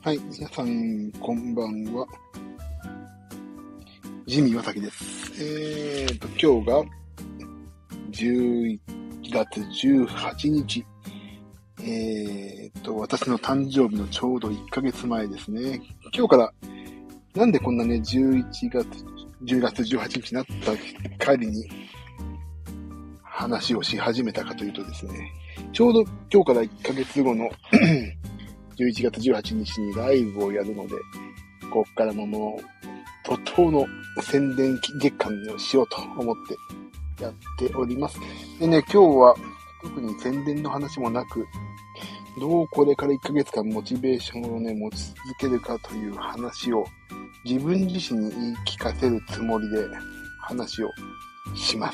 はい、皆さん、こんばんは。ジミー・ワサキです。今日が11月18日。私の誕生日のちょうど1ヶ月前ですね。今日から、なんでこんなね、10月18日になった帰りに話をし始めたかというとですね、ちょうど今日から1ヶ月後の11月18日にライブをやるので、こっからもう、怒涛の宣伝月間をしようと思ってやっております。でね、今日は特に宣伝の話もなく、どうこれから1ヶ月間モチベーションをね、持ち続けるかという話を自分自身に言い聞かせるつもりで話をします。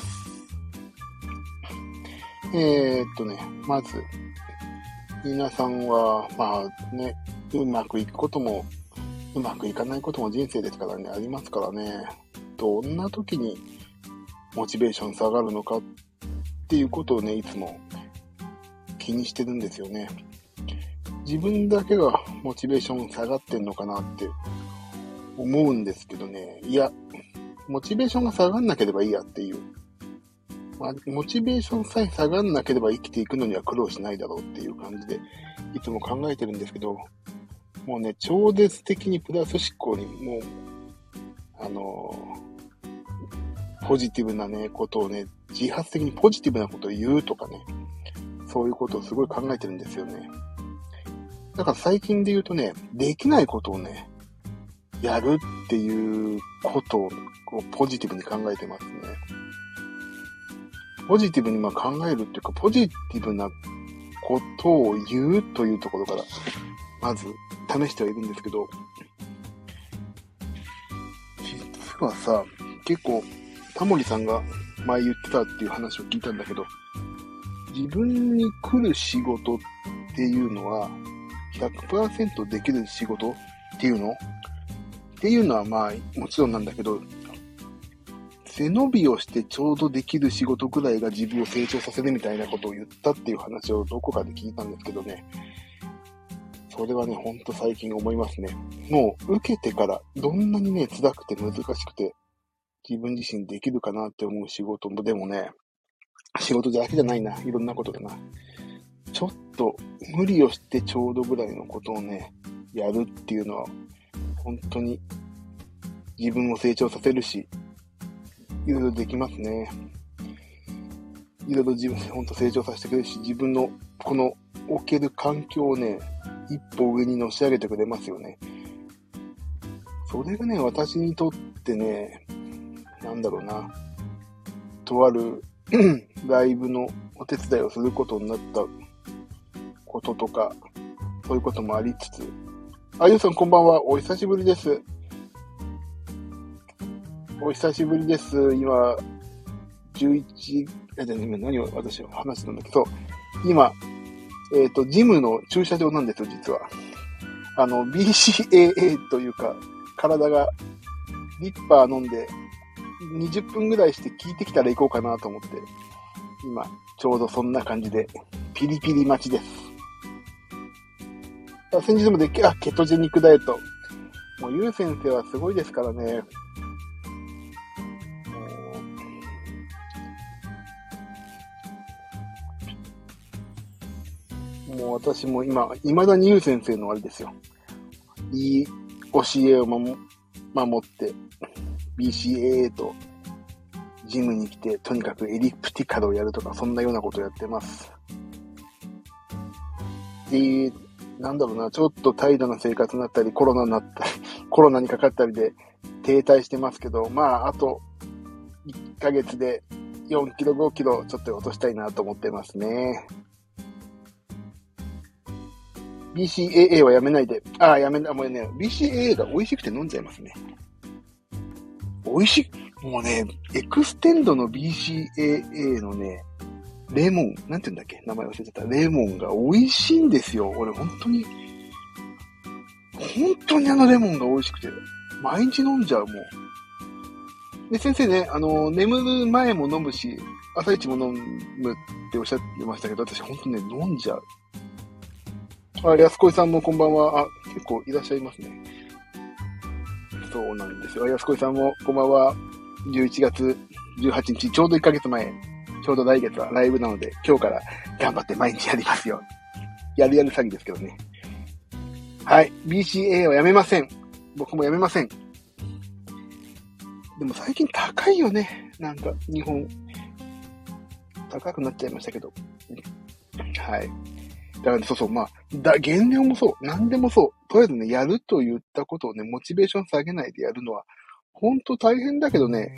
まず、皆さんは、うまくいくことも、うまくいかないことも人生ですからね、ありますからね。どんな時にモチベーション下がるのかっていうことをね、いつも気にしてるんですよね。自分だけがモチベーション下がってんのかなって思うんですけどね。いや、モチベーションが下がんなければいいやっていう。モチベーションさえ下がんなければ生きていくのには苦労しないだろうっていう感じでいつも考えてるんですけど、もうね、超絶的にプラス思考にもう、ポジティブなね、ことをね、自発的にポジティブなことを言うとかね、そういうことをすごい考えてるんですよね。だから最近で言うとね、できないことをね、やるっていうことをポジティブに考えてますね。ポジティブに考えるっていうか、ポジティブなことを言うというところから、まず試してはいるんですけど、実はさ、結構、タモリさんが前言ってたっていう話を聞いたんだけど、自分に来る仕事っていうのは、100% できる仕事っていうのはもちろんなんだけど、背伸びをしてちょうどできる仕事ぐらいが自分を成長させるみたいなことを言ったっていう話をどこかで聞いたんですけどね。それはね、ほんと最近思いますね。もう受けてからどんなにね、辛くて難しくて自分自身できるかなって思う仕事もでもね、仕事だけじゃないな、いろんなことだな。ちょっと無理をしてちょうどぐらいのことをね、やるっていうのは本当に自分を成長させるし、いろいろできますね。いろいろ自分で本当成長させてくれるし、自分のこの置ける環境をね、一歩上にのし上げてくれますよね。それがね、私にとってね、とあるライブのお手伝いをすることになったこととか、そういうこともありつつ、ゆうさんこんばんは、お久しぶりです。お久しぶりです。今、今何を私は話してるんだけど、今、ジムの駐車場なんですよ、実は。BCAA というか、体がリッパー飲んで、20分ぐらいして効いてきたら行こうかなと思って、今、ちょうどそんな感じで、ピリピリ待ちです。先日もケトジェニックダイエット。もう、ゆう先生はすごいですからね。もう私も未だにゆう先生のあれですよ。いい教えを守って、BCAA とジムに来て、とにかくエリプティカルをやるとか、そんなようなことをやってます。で、ちょっと怠惰な生活になったり、コロナにかかったりで停滞してますけど、あと1ヶ月で4キロ、5キロちょっと落としたいなと思ってますね。BCAA はやめないで。もうね、BCAA が美味しくて飲んじゃいますね。美味しい。もうね、エクステンドの BCAA のね、レモン、なんて言うんだっけ？名前忘れてた。レモンが美味しいんですよ。俺本当にあのレモンが美味しくて、毎日飲んじゃう、もう。で、先生ね、眠る前も飲むし、朝一も飲むっておっしゃってましたけど、私本当にね、飲んじゃう。安子さんもこんばんは。 結構いらっしゃいますね。そうなんですよ。安子さんも、こんばんは。11月18日、ちょうど1ヶ月前、ちょうど来月はライブなので、今日から頑張って毎日やりますよ。やる詐欺ですけどね。はい。BCA はやめません。僕もやめません。でも最近高いよね。なんか、日本。高くなっちゃいましたけど。はい。だから、ね、そう、まあ、減量もそう。何でもそう。とりあえずね、やると言ったことをね、モチベーション下げないでやるのは、ほんと大変だけどね、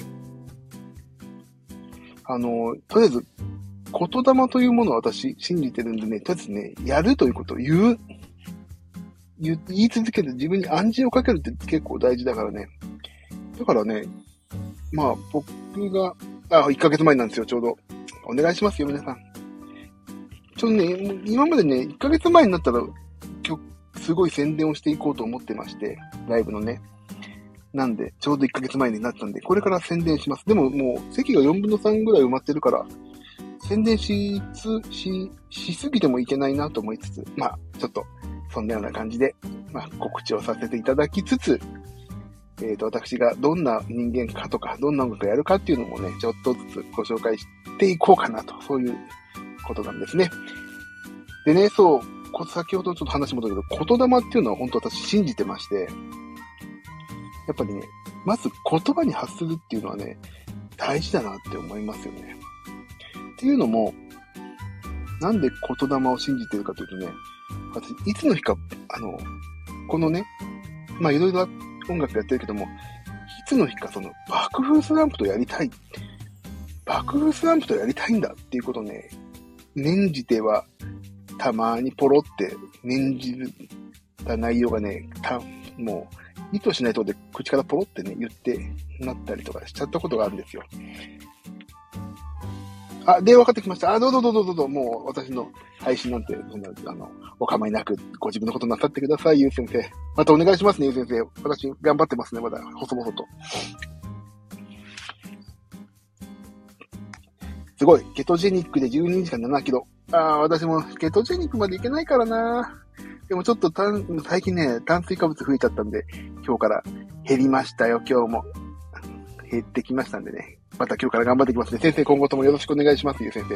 とりあえず、言霊というものを私信じてるんでね、とりあえずね、やるということを言い続けて自分に暗示をかけるって結構大事だからね。だからね、まあ僕が、1ヶ月前なんですよ、ちょうど。お願いしますよ、皆さん。ちょうどね、今までね、1ヶ月前になったら、今日、すごい宣伝をしていこうと思ってまして、ライブのね。なんで、ちょうど1ヶ月前になったんで、これから宣伝します。でももう、席が4分の3ぐらい埋まってるから、宣伝しすぎてもいけないなと思いつつ、まあ、ちょっと、そんなような感じで、まあ、告知をさせていただきつつ、私がどんな人間かとか、どんな音楽をやるかっていうのもね、ちょっとずつご紹介していこうかなと、そういうことなんですね。でね、そう、先ほどちょっと話戻るけど、言霊っていうのは本当私信じてまして、やっぱりね、まず言葉に発するっていうのはね、大事だなって思いますよね。っていうのも、なんで言霊を信じてるかというとね、私、いつの日か、このね、まあいろいろ音楽やってるけども、いつの日かその爆風スランプとやりたい。爆風スランプとやりたいんだっていうことをね、念じては、たまにポロって念じた内容がね、もう、意図しないところで口からポロってね、言ってなったりとかしちゃったことがあるんですよ。電話かかってきました。どうぞ、もう私の配信なんて、お構いなくご自分のことなさってください、ゆう先生。またお願いしますね、ゆう先生。私頑張ってますね、まだ、細々と。すごい。ケトジェニックで12時間7キロ。私もケトジェニックまでいけないからな。でもちょっと最近ね、炭水化物増えちゃったんで、今日から減りましたよ、今日も。減ってきましたんでね。また今日から頑張っていきますね。先生、今後ともよろしくお願いします、ゆう先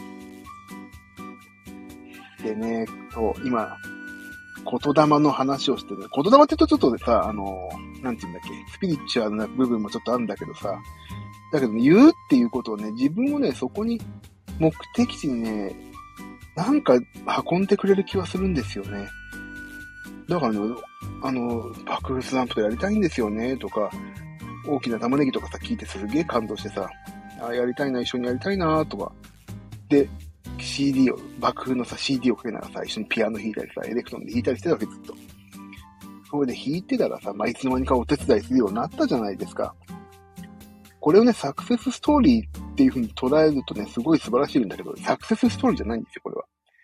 生。でね、そう、今、言霊の話をしてね、言霊って言うとちょっとさ、なんて言うんだっけ、スピリチュアルな部分もちょっとあるんだけどさ、だけどね、言うっていうことをね、自分をね、そこに目的地にね、なんか運んでくれる気はするんですよね。だからね、爆風スランプとやりたいんですよね、とか、大きな玉ねぎとかさ、聞いてすげえ感動してさ、やりたいな、一緒にやりたいな、とか。で、爆風のさ、CD をかけながらさ、一緒にピアノ弾いたりさ、エレクトーンで弾いたりしてたわけ、ずっと。それで弾いてたらさ、いつの間にかお手伝いするようになったじゃないですか。これをね、サクセスストーリーっていう風に捉えるとね、すごい素晴らしいんだけど、サクセスストーリーじゃないんですよ、これは。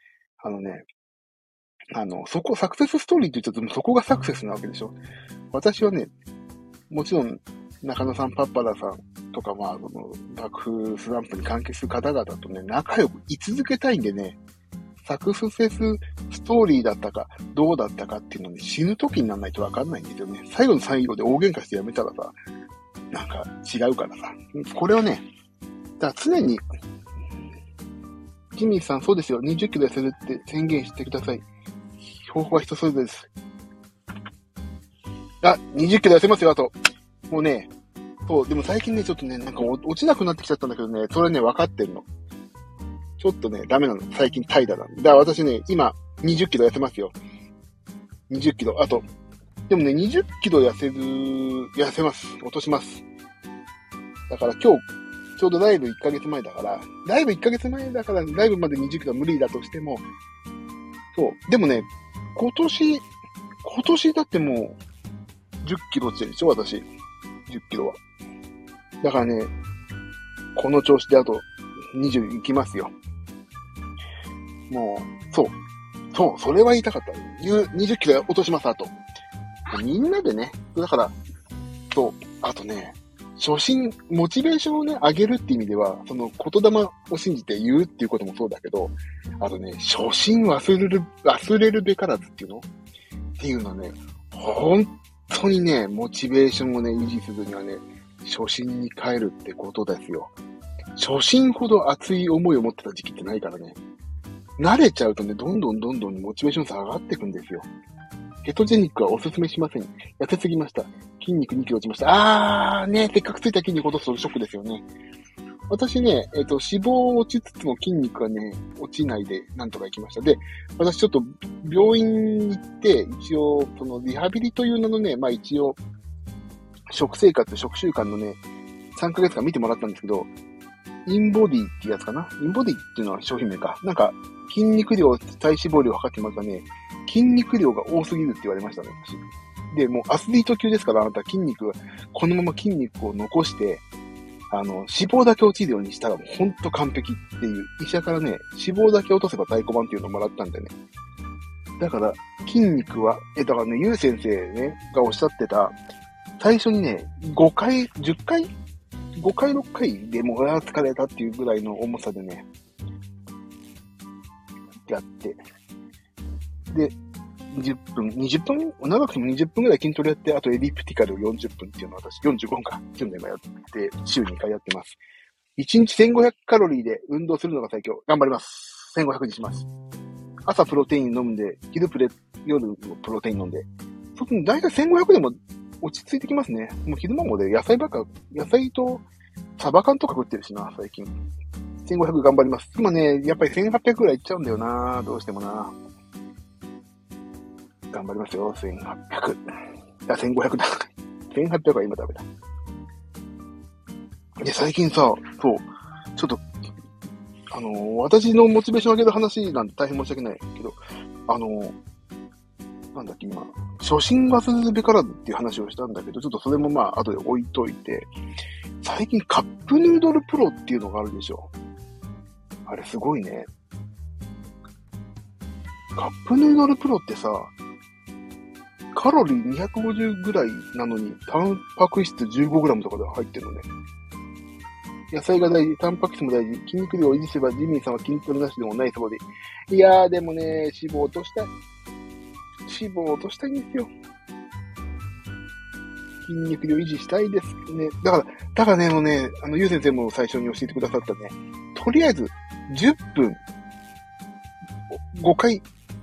サクセスストーリーって言っちゃうと、そこがサクセスなわけでしょ。私はね、もちろん、中野さん、パッパラさんとか、爆風スランプに関係する方々とね、仲良く居続けたいんでね、サクセスストーリーだったか、どうだったかっていうのに死ぬ時にならないとわかんないんですよね。最後の最後で大喧嘩してやめたらさ、なんか違うからさ。これをね、だから常に、ジミーさんそうですよ、20キロ痩せるって宣言してください。方法は人それぞれです。20キロ痩せますよ、あと。もうね、そう、でも最近ね、ちょっとね、なんか落ちなくなってきちゃったんだけどね、それね、分かってんの。ちょっとね、ダメなの。最近怠惰なんで。だから私ね、今、20キロ痩せますよ。20キロ。あと、でもね、20キロ痩せます。落とします。だから今日、ちょうどライブ1ヶ月前だから、ライブまで20キロ無理だとしても、そう。でもね、今年だってもう、10キロ落ちてるでしょ、私。10キロは。だからね、この調子であと20いきますよ。もう、そう、それは言いたかった。20キロ落とします、あと。みんなでね、だから、そう、あとね、モチベーションをね、上げるって意味では、その言霊を信じて言うっていうこともそうだけど、あとね、初心忘れるべからずっていうのっていうのはね、本当にね、モチベーションをね、維持するにはね、初心に帰るってことですよ。初心ほど熱い思いを持ってた時期ってないからね。慣れちゃうとね、どんどんモチベーション下がっていくんですよ。ケトジェニックはおすすめしません。痩せすぎました。筋肉2キロ落ちました。せっかくついた筋肉落とすとショックですよね。私ね、脂肪落ちつつも筋肉がね、落ちないでなんとか行きました。で、私ちょっと病院に行って、一応、そのリハビリという名のね、一応、食習慣のね、3ヶ月間見てもらったんですけど、インボディっていうやつかな。インボディっていうのは商品名か。なんか、筋肉量、体脂肪量を測ってますがね、筋肉量が多すぎるって言われましたね、私。で、もうアスリート級ですから、あなたこのまま筋肉を残して、脂肪だけ落ちるようにしたらもうほんと完璧っていう、医者からね、脂肪だけ落とせば太鼓判っていうのをもらったんでね。だから、筋肉は、だからね、ゆう先生ね、がおっしゃってた、最初にね、5回、10回 ?5 回、6回でもう疲れたっていうぐらいの重さでね、やって、で、20分、長くても20分ぐらい筋トレやって、あとエリプティカル40分っていうのを私、45分か、っていうのを今やって、週2回やってます。1日1500カロリーで運動するのが最強。頑張ります。1500にします。朝プロテイン飲んで、夜もプロテイン飲んで、そうすると大体1500でも落ち着いてきますね。もう昼間もで野菜とサバ缶とか食ってるしな、最近。1500頑張ります。今ね、やっぱり1800ぐらいいっちゃうんだよな、どうしてもな。頑張りますよ、1800。1500だ。1800は今ダメだ。で、最近さ、そう、ちょっと、私のモチベーション上げる話なんて大変申し訳ないけど、なんだっけ今、初心忘るべからずっていう話をしたんだけど、ちょっとそれも後で置いといて、最近カップヌードルプロっていうのがあるでしょ。あれすごいね。カップヌードルプロってさ、カロリー250ぐらいなのに、タンパク質 15g とかで入ってるのね。野菜が大事、タンパク質も大事、筋肉量を維持すればジミーさんは筋トレなしでもないそうで。いやーでもね、脂肪落としたい。脂肪落としたいんですよ。筋肉量維持したいですね。だからね、もうね、ゆう先生も最初に教えてくださったね。とりあえず、10分、5回、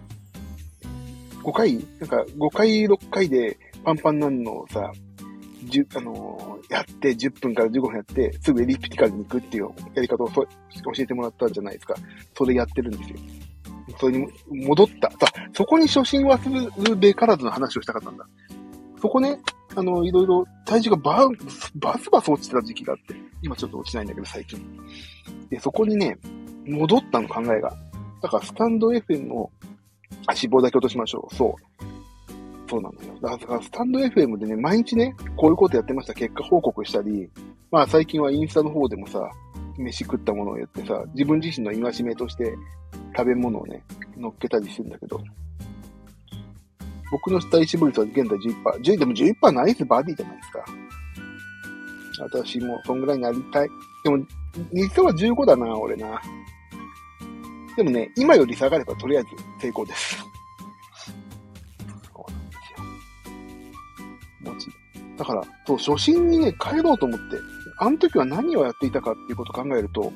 なんか5回、6回でパンパンなんのをさ、やって10分から15分やって、すぐエリプティカルに行くっていうやり方を教えてもらったんじゃないですか。それやってるんですよ。それに戻った。そこに初心忘るべからずの話をしたかったんだ。そこね、いろいろ体重がバスバス落ちてた時期があって、今ちょっと落ちないんだけど最近。で、そこにね、戻ったの考えが。だからスタンド FM の脂肪だけ落としましょう。そうなんだよ。だからスタンド FM でね、毎日ね、こういうことやってました。結果報告したり、最近はインスタの方でもさ、飯食ったものをやってさ、自分自身の戒めとして食べ物をね、乗っけたりするんだけど、僕の体脂肪率は現在 11%。でも 11% ナイスバディじゃないですか。私もそんぐらいになりたい。でも、実は15だな、俺な。でもね、今より下がればとりあえず成功です。そうなんですよ。だから、初心にね、帰ろうと思って、あの時は何をやっていたかっていうことを考えると、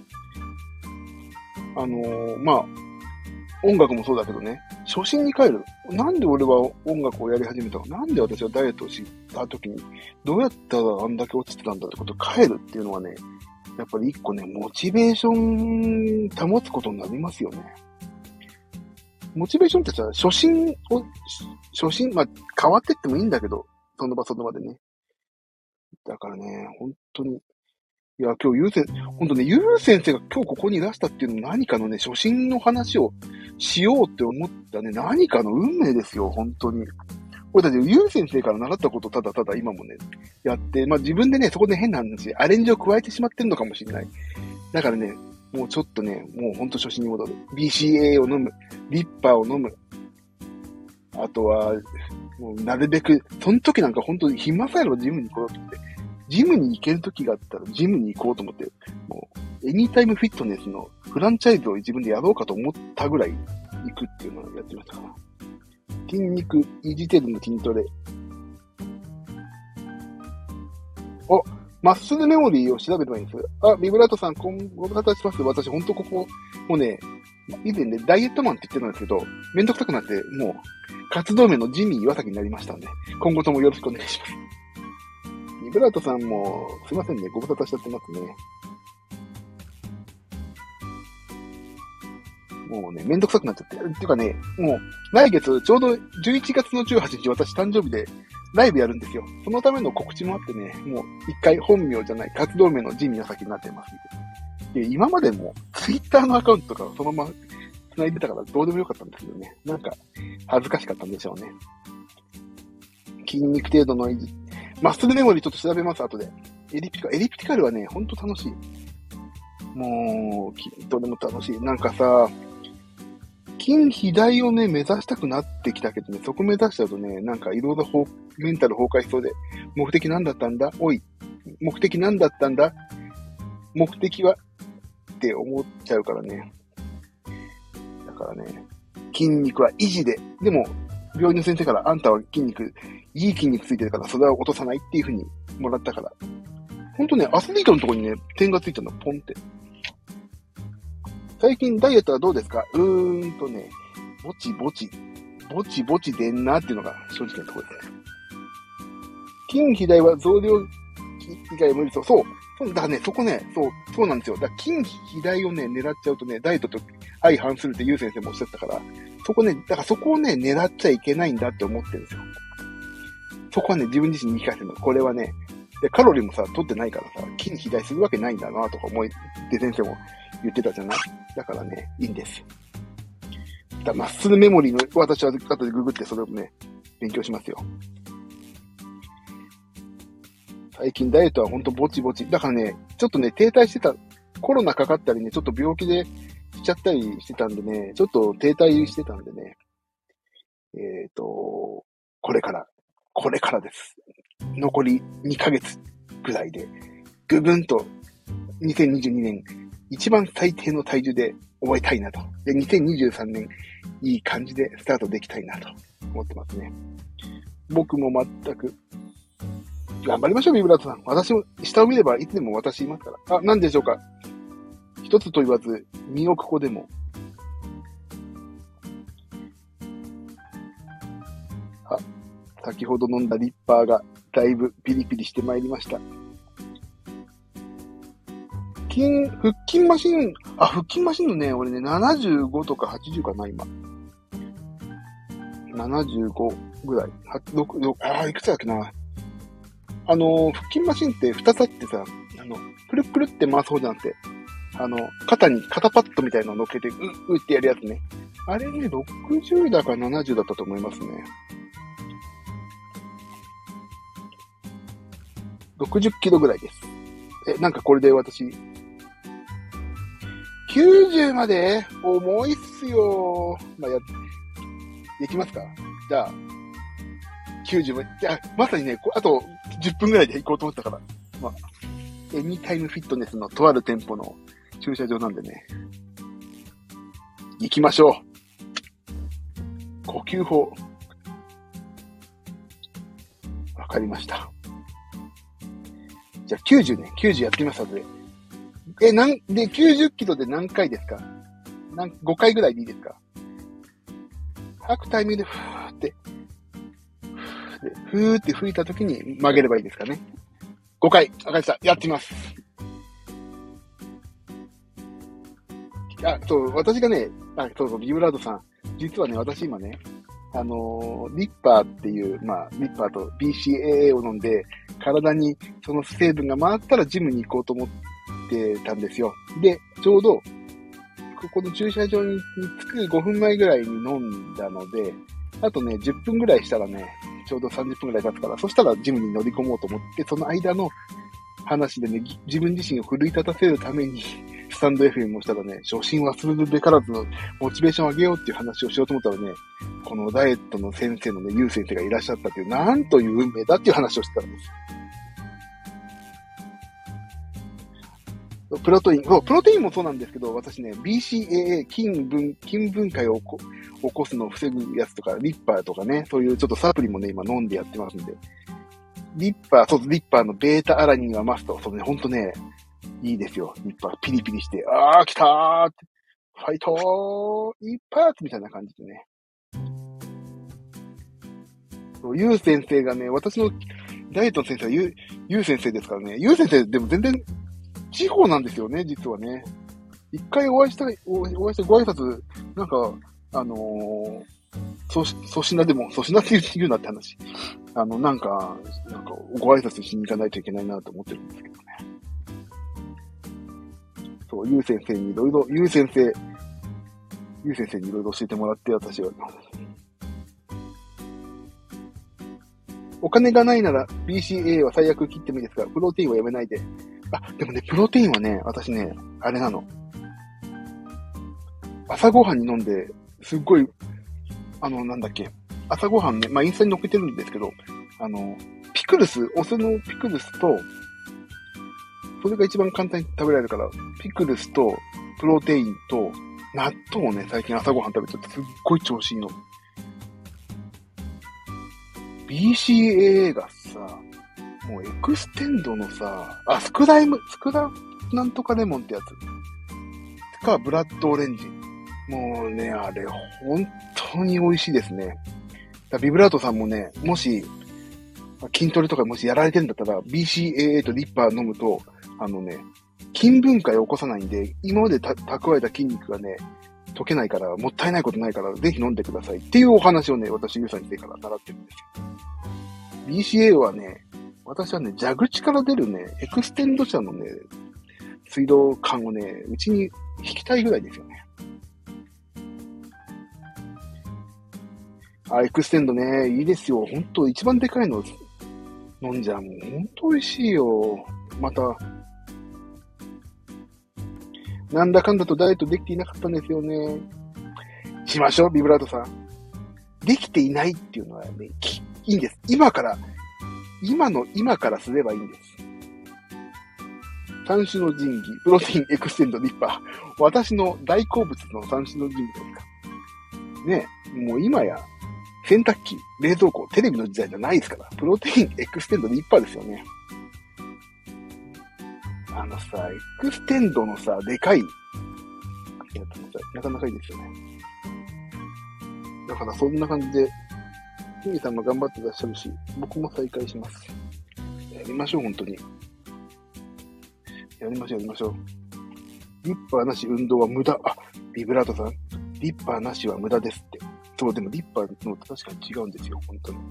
音楽もそうだけどね、初心に帰る。なんで俺は音楽をやり始めたか、なんで私はダイエットをした時に、どうやったらあんだけ落ちてたんだってことを帰るっていうのはね、やっぱり一個ね、モチベーション保つことになりますよね。モチベーションってさ、初心、変わってってもいいんだけど、その場でね。だからね、本当に、いや、今日本当ね、ゆう先生が今日ここにいらしたっていうのも何かのね、初心の話をしようって思ったね、何かの運命ですよ、本当に。これだってゆう先生から習ったことただただ今もね、やって、自分でね、そこで変な話、アレンジを加えてしまってるのかもしれない。だからね、もうちょっとね、もうほんと初心に戻る。BCA を飲む。リッパーを飲む。あとは、もうなるべく、その時なんか本当に暇さえあればジムに行こうと思って。ジムに行ける時があったらジムに行こうと思って、もう、エニタイムフィットネスのフランチャイズを自分でやろうかと思ったぐらい行くっていうのをやってましたから。っ筋肉維持程度の筋トレ。マッスルメモリーを調べればいいんです。ビブラートさん、ご無沙汰します。私、ほんとここ、もうね、以前ね、ダイエットマンって言ってたんですけど、めんどくさくなって、もう、活動名のジミー岩崎になりましたんで、今後ともよろしくお願いします。ビブラートさんも、すいませんね、ご無沙汰しちゃってますね。もうね、めんどくさくなっちゃって。っていうかね、もう、来月、ちょうど11月の18日、私誕生日でライブやるんですよ。そのための告知もあってね、もう一回本名じゃない活動名のジミーの先になってます。で、今までもツイッターのアカウントとかそのまま繋いでたからどうでもよかったんですけどね。なんか、恥ずかしかったんでしょうね。筋肉程度の維持。マッスルメモリーちょっと調べます、後で。エリプティカルはね、ほんと楽しい。もう、筋トレも楽しい。なんかさ、筋肥大をね、目指したくなってきたけどね、そこ目指しちゃうとね、なんかいろいろメンタル崩壊しそうで、目的なんだったんだおい、目的なんだったんだ目的はって思っちゃうからね。だからね、筋肉は維持で、でも、病院の先生からあんたはいい筋肉ついてるからそれは落とさないっていう風にもらったから。ほんとね、アスリートのところにね、点がついたの、ポンって。最近ダイエットはどうですか？ね、ぼちぼちでんなっていうのが正直なところですね。筋肥大は増量以外無理そう。そう。だからね、そこね、そうなんですよ。だから筋肥大をね、狙っちゃうとね、ダイエットと相反するってゆう先生もおっしゃったから、そこをね、狙っちゃいけないんだって思ってるんですよ。そこはね、自分自身に言い聞かせるの。これはね、でカロリーもさ、取ってないからさ、筋肥大するわけないんだなとか思って先生も言ってたじゃない？だからね、いいんです。マッスルメモリーの、私は後でググってそれをね、勉強しますよ。最近ダイエットはほんとぼちぼち。だからね、ちょっとね、停滞してた、コロナかかったりね、ちょっと病気でしちゃったりしてたんでね、ちょっと停滞してたんでね、これからです。残り2ヶ月ぐらいで、ぐぐんと2022年一番最低の体重で終えたいなと。で、2023年いい感じでスタートできたいなと思ってますね。僕も全く頑張りましょう、ビブラートさん。私も下を見ればいつでも私いますから。何でしょうか。一つと言わず、2億個でも。先ほど飲んだリッパーがだいぶピリピリしてまいりました。腹筋マシンのね、俺ね、75とか80かな、今。75ぐらい。いくつだっけな。腹筋マシンって2つあってさ、くるくるって回す方じゃなくて、肩に肩パッドみたいなのを乗っけて、うってやるやつね。あれね、60だか70だったと思いますね。60キロぐらいです。なんかこれで私、90まで重いっすよ。できますか？じゃあ、90まで、まさにね、あと10分ぐらいで行こうと思ったから、エニタイムフィットネスのとある店舗の駐車場なんでね、行きましょう。呼吸法。わかりました。じゃあ90ね、90やってみますので。90キロで何回ですか？5回ぐらいでいいですか？吐くタイミングでふーって吹いたときに曲げればいいですかね。5回、わかりました。やってみます。私がね、ビブラードさん。実はね、私今ね、リッパーっていう、リッパーと BCAA を飲んで、体にその成分が回ったらジムに行こうと思ってたんですよ。で、ちょうど、ここの駐車場に着く5分前ぐらいに飲んだので、あとね、10分ぐらいしたらね、ちょうど30分ぐらい経つから、そしたらジムに乗り込もうと思って、その間の話でね、自分自身を奮い立たせるために、スタンド FM をしたらね、初心忘れるべからずのモチベーションを上げようっていう話をしようと思ったらね、このダイエットの先生のね、ゆう先生がいらっしゃったっていう、なんという運命だっていう話をしてたんです。 プロテイン、そう、プロテインもそうなんですけど、私ね、BCAA、筋分解を起こすのを防ぐやつとか、リッパーとかね、そういうちょっとサプリもね、今飲んでやってますんで。リッパーのベータアラニンはマスト。そうね、ほんとね、いいですよ。リッパー、ピリピリして、来たーって、ファイトー一発みたいな感じでね。ゆう先生がね、私のダイエットの先生はゆう先生ですからね。ゆう先生でも全然地方なんですよね、実はね。一回お会いしてご挨拶、なんか、粗品って言うなって話。なんか、ご挨拶しに行かないといけないなと思ってるんですけどね。そう、ゆう先生にいろいろ教えてもらって、私は。お金がないなら BCA は最悪切ってもいいですが、プロテインはやめないで。でもね、プロテインはね、私ね、あれなの。朝ごはんに飲んで、すっごい、なんだっけ、朝ごはんね、インスタに載っけてるんですけど、ピクルス、お酢のピクルスと、それが一番簡単に食べられるから、ピクルスと、プロテインと、納豆をね、最近朝ごはん食べててすっごい調子いいの。BCAA がさ、もうエクステンドのさ、スクラなんとかレモンってやつ。か、ブラッドオレンジ。もうね、あれ、本当に美味しいですね。ビブラートさんもね、もし、筋トレとかもしやられてるんだったら、BCAA とリッパー飲むと、筋分解を起こさないんで、今まで蓄えた筋肉がね、溶けないから、もったいないことないから、ぜひ飲んでくださいっていうお話をね、私、ゆうさんにから習ってるんですよ。BCA はね、私はね、蛇口から出るね、エクステンド車のね、水道管をね、うちに引きたいぐらいですよね。エクステンドね、いいですよ。ほんと、一番でかいの飲んじゃう。もう、ほんと美味しいよ。また、なんだかんだとダイエットできていなかったんですよね。しましょう、ビブラートさん。できていないっていうのはね、いいんです。今からすればいいんです。三種の神器、プロテイン、エクステンド、リッパー。私の大好物の三種の神器ですか。ね、もう今や、洗濯機、冷蔵庫、テレビの時代じゃないですから。プロテイン、エクステンド、リッパーですよね。エクステンドのさ、でかいやつもさ、なかなかいいですよね。だからそんな感じで、キミさんも頑張ってらっしゃるし、僕も再開します。やりましょう、本当に。やりましょう。リッパーなし運動は無駄。ビブラートさん。リッパーなしは無駄ですって。そう、でもリッパーの確かに違うんですよ、本当に。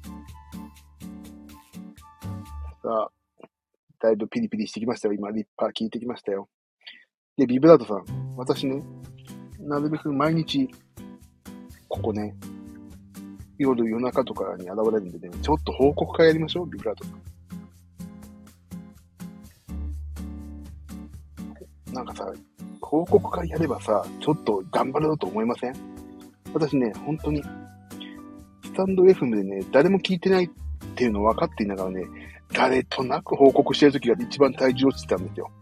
さあ、だいぶピリピリしてきましたよ。今、リッパー聞いてきましたよ。で、ビブラートさん。私ね、なるべく毎日、ここね、夜中とかに現れるんでね、ちょっと報告会やりましょう、ビブラートさん。なんかさ、報告会やればさ、ちょっと頑張ろうと思いません？私ね、本当に、スタンド FM でね、誰も聞いてないっていうの分かっていながらね、誰となく報告してるときが一番体重落ちてたんですよ。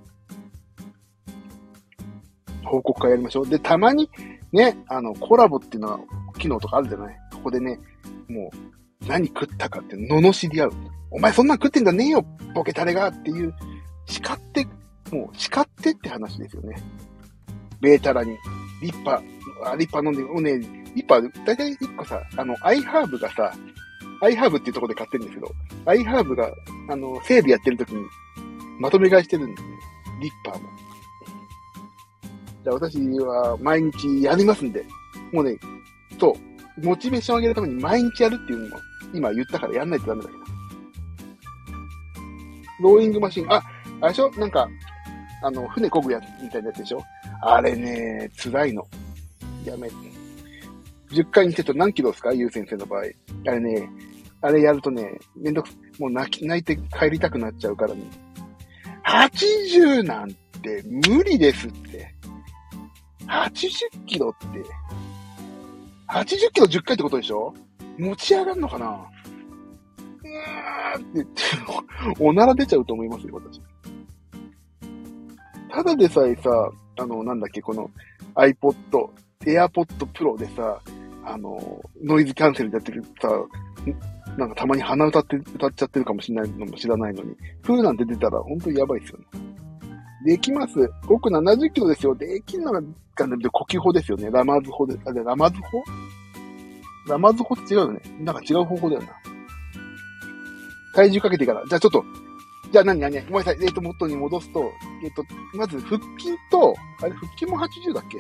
報告会やりましょう。で、たまにね、コラボっていうのは、機能とかあるじゃない。ここでね、もう、何食ったかって罵り合う。お前そんなん食ってんじゃねえよ、ボケタレがっていう、叱ってって話ですよね。ベータラに、リッパー飲んで、もうね、リッパー、だいたい1個さ、アイハーブがさ、アイハーブっていうところで買ってるんですけど、アイハーブが、セールやってる時に、まとめ買いしてるんですね。リッパーも。じゃあ私は毎日やりますんで、もうね、そう、モチベーション上げるために毎日やるっていうのも、今言ったからやんないとダメだけど。ローイングマシン、あれでしょなんか、船漕ぐやつみたいなやつでしょあれね、辛いの。やめて。10回にセット何キロですかゆう先生の場合。あれね、あれやるとね、もう泣いて帰りたくなっちゃうからね。80なんて無理ですって。80キロって。80キロ10回ってことでしょ持ち上がるのかなって言って、おなら出ちゃうと思いますよ、私。 ただでさえさ、なんだっけ、この iPod、AirPod Pro でさ、ノイズキャンセルでやってるさ、なんかたまに鼻歌っちゃってるかもしれないのも知らないのに、風なんて出たら本当にやばいですよね。できます。僕70キロですよ。できるのが、呼吸法ですよね。ラマズ法で、ラマズ法ラマズ法って違うよね。なんか違う方法だよな。体重かけてから。じゃあちょっと、じゃあ何ごめんなさい。元に戻すと、まず腹筋と、腹筋も80だっけ？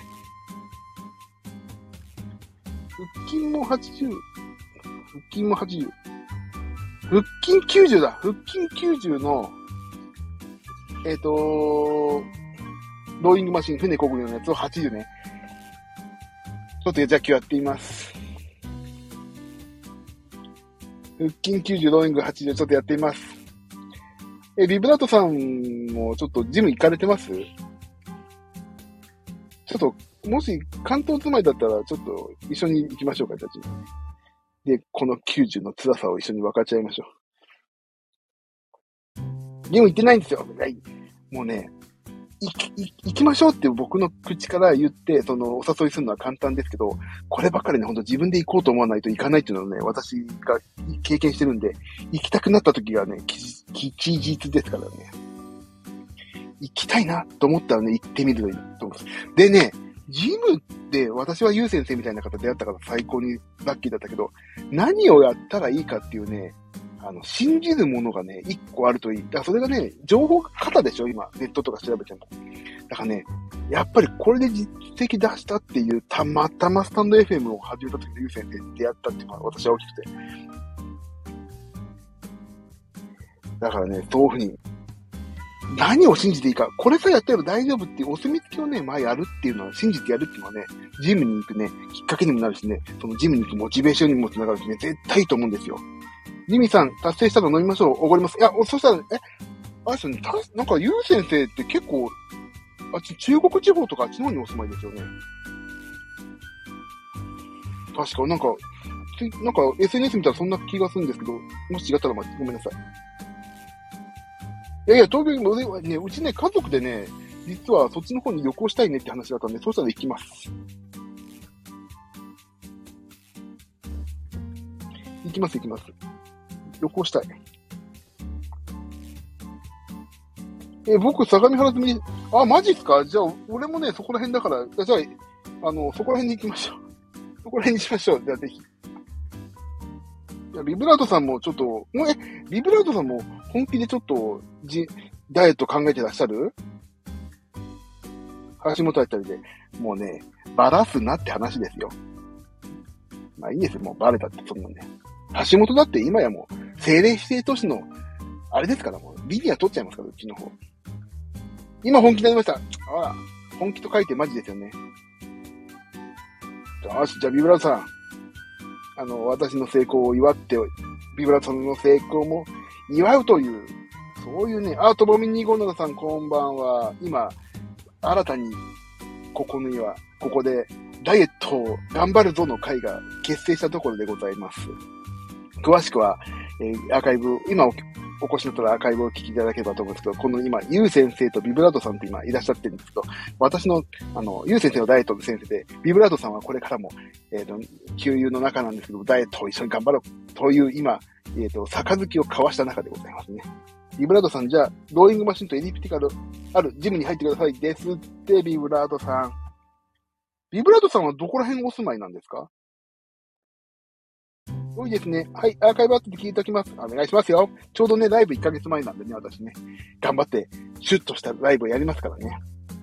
腹筋も80。腹筋も80。腹筋90だ。腹筋90の、ローイングマシン、船こぐようなやつを80ね。ちょっとじゃあ今日やってみます。腹筋90、ローイング80、ちょっとやってみます。ビブラートさんもちょっとジム行かれてます？ちょっと、もし関東住まいだったらちょっと一緒に行きましょうか、じゃあジム。で、この90の辛さを一緒に分かち合いましょう。ジム行ってないんですよ。もうね、行きましょうって僕の口から言って、お誘いするのは簡単ですけど、こればかりね、ほんと自分で行こうと思わないと行かないっていうのをね、私が経験してるんで、行きたくなった時がね、吉日ですからね。行きたいなと思ったらね、行ってみるといいと思います。でね、ジムで私はゆう先生みたいな方出会ったから最高にラッキーだったけど、何をやったらいいかっていうね、信じるものがね、一個あるといい。だからそれがね、情報型でしょ今、ネットとか調べても。だからね、やっぱりこれで実績出したっていう、たまたまスタンド FM を始めた時のゆう先生に出会ったっていうのは私は大きくて。だからね、そういうふうに、何を信じていいか、これさえやってれば大丈夫っていうお墨付きをね、やるっていうのは、信じてやるっていうのはね、ジムに行くね、きっかけにもなるしね、そのジムに行くモチベーションにもつながるしね、絶対いいと思うんですよ。ジミさん、達成したら飲みましょう。おごります。いや、そしたら、あれですよね、なんか、ゆう先生って結構、中国地方とかあっちの方にお住まいですよね。確か、なんか SNS 見たらそんな気がするんですけど、もし違ったらごめんなさい。いや、東京にもね、うちね、家族でね、実はそっちの方に旅行したいねって話だったんで、そうしたら行きます。行きます。旅行したい。僕、相模原住み、マジっすか？じゃあ、俺もね、そこら辺だから、じゃあ、そこら辺に行きましょう。そこら辺にしましょう。じゃあ、ぜひ。いや、ビブラートさんもちょっと、ビブラートさんも本気でちょっと、ダイエット考えてらっしゃる？橋本あたりで。もうね、バラすなって話ですよ。まあいいですよ、もうバレたって、そんなね。橋本だって今やもう、政令指定都市の、あれですから、もう、リニア取っちゃいますから、うちの方。今本気になりました。本気と書いてマジですよね。よし、じゃあビブラートさん。私の成功を祝って、ビブラートさんの成功も祝うという、そういうね、とぼみ257さんこんばんは。今、新たに、ここで、ダイエットを頑張るぞの会が結成したところでございます。詳しくは、アーカイブ、今お越しだったらアーカイブをお聞きいただければと思うんですけど、この今、ゆう先生とビブラートさんって今いらっしゃってるんですけど、私の、ゆう先生のダイエットの先生で、ビブラートさんはこれからも、給油の中なんですけど、ダイエットを一緒に頑張ろうという今、杯を交わした中でございますね。ビブラートさん、じゃあ、ローイングマシンとエリプティカルあるジムに入ってくださいですって、ビブラートさん。ビブラートさんはどこら辺お住まいなんですか？多いですね。はい、アーカイブ後で聞いておきます。お願いしますよ。ちょうどね、ライブ1ヶ月前なんでね、私ね、頑張って、シュッとしたライブをやりますからね。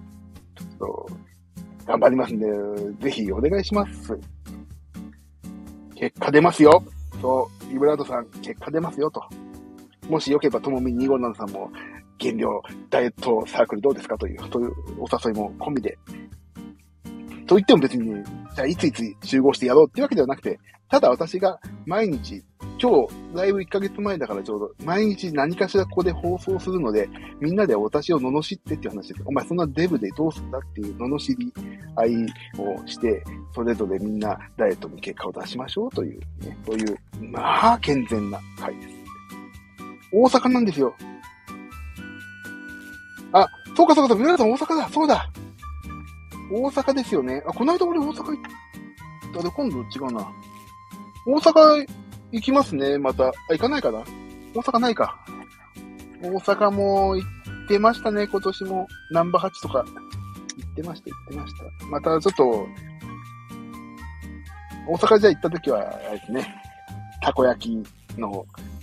頑張りますんで、ぜひお願いします。結果出ますよ。そう、ビブラートさん、結果出ますよと。もしよければ、ともみ257さんも、減量、ダイエットサークルどうですかという、そういうお誘いも込みで。と言っても別にね、じゃあいついつ集合してやろうってわけではなくて、ただ私が毎日、今日、ライブ1ヶ月前だからちょうど、毎日何かしらここで放送するので、みんなで私を罵ってっていう話です。お前そんなデブでどうすんだっていう罵り合いをして、それぞれみんなダイエットの結果を出しましょうというね、そういう、まあ、健全な回です。大阪なんですよ。 そうかそうか、ビブラートさん大阪だ。そうだ。大阪ですよね。あ、この間俺大阪行ったで、今度違うな。大阪行きますね、また。あ、行かないかな。大阪ないか。大阪も行ってましたね、今年も。ナンバー8とか。行ってました。またちょっと、大阪じゃ行った時は、あれですね。たこ焼きの、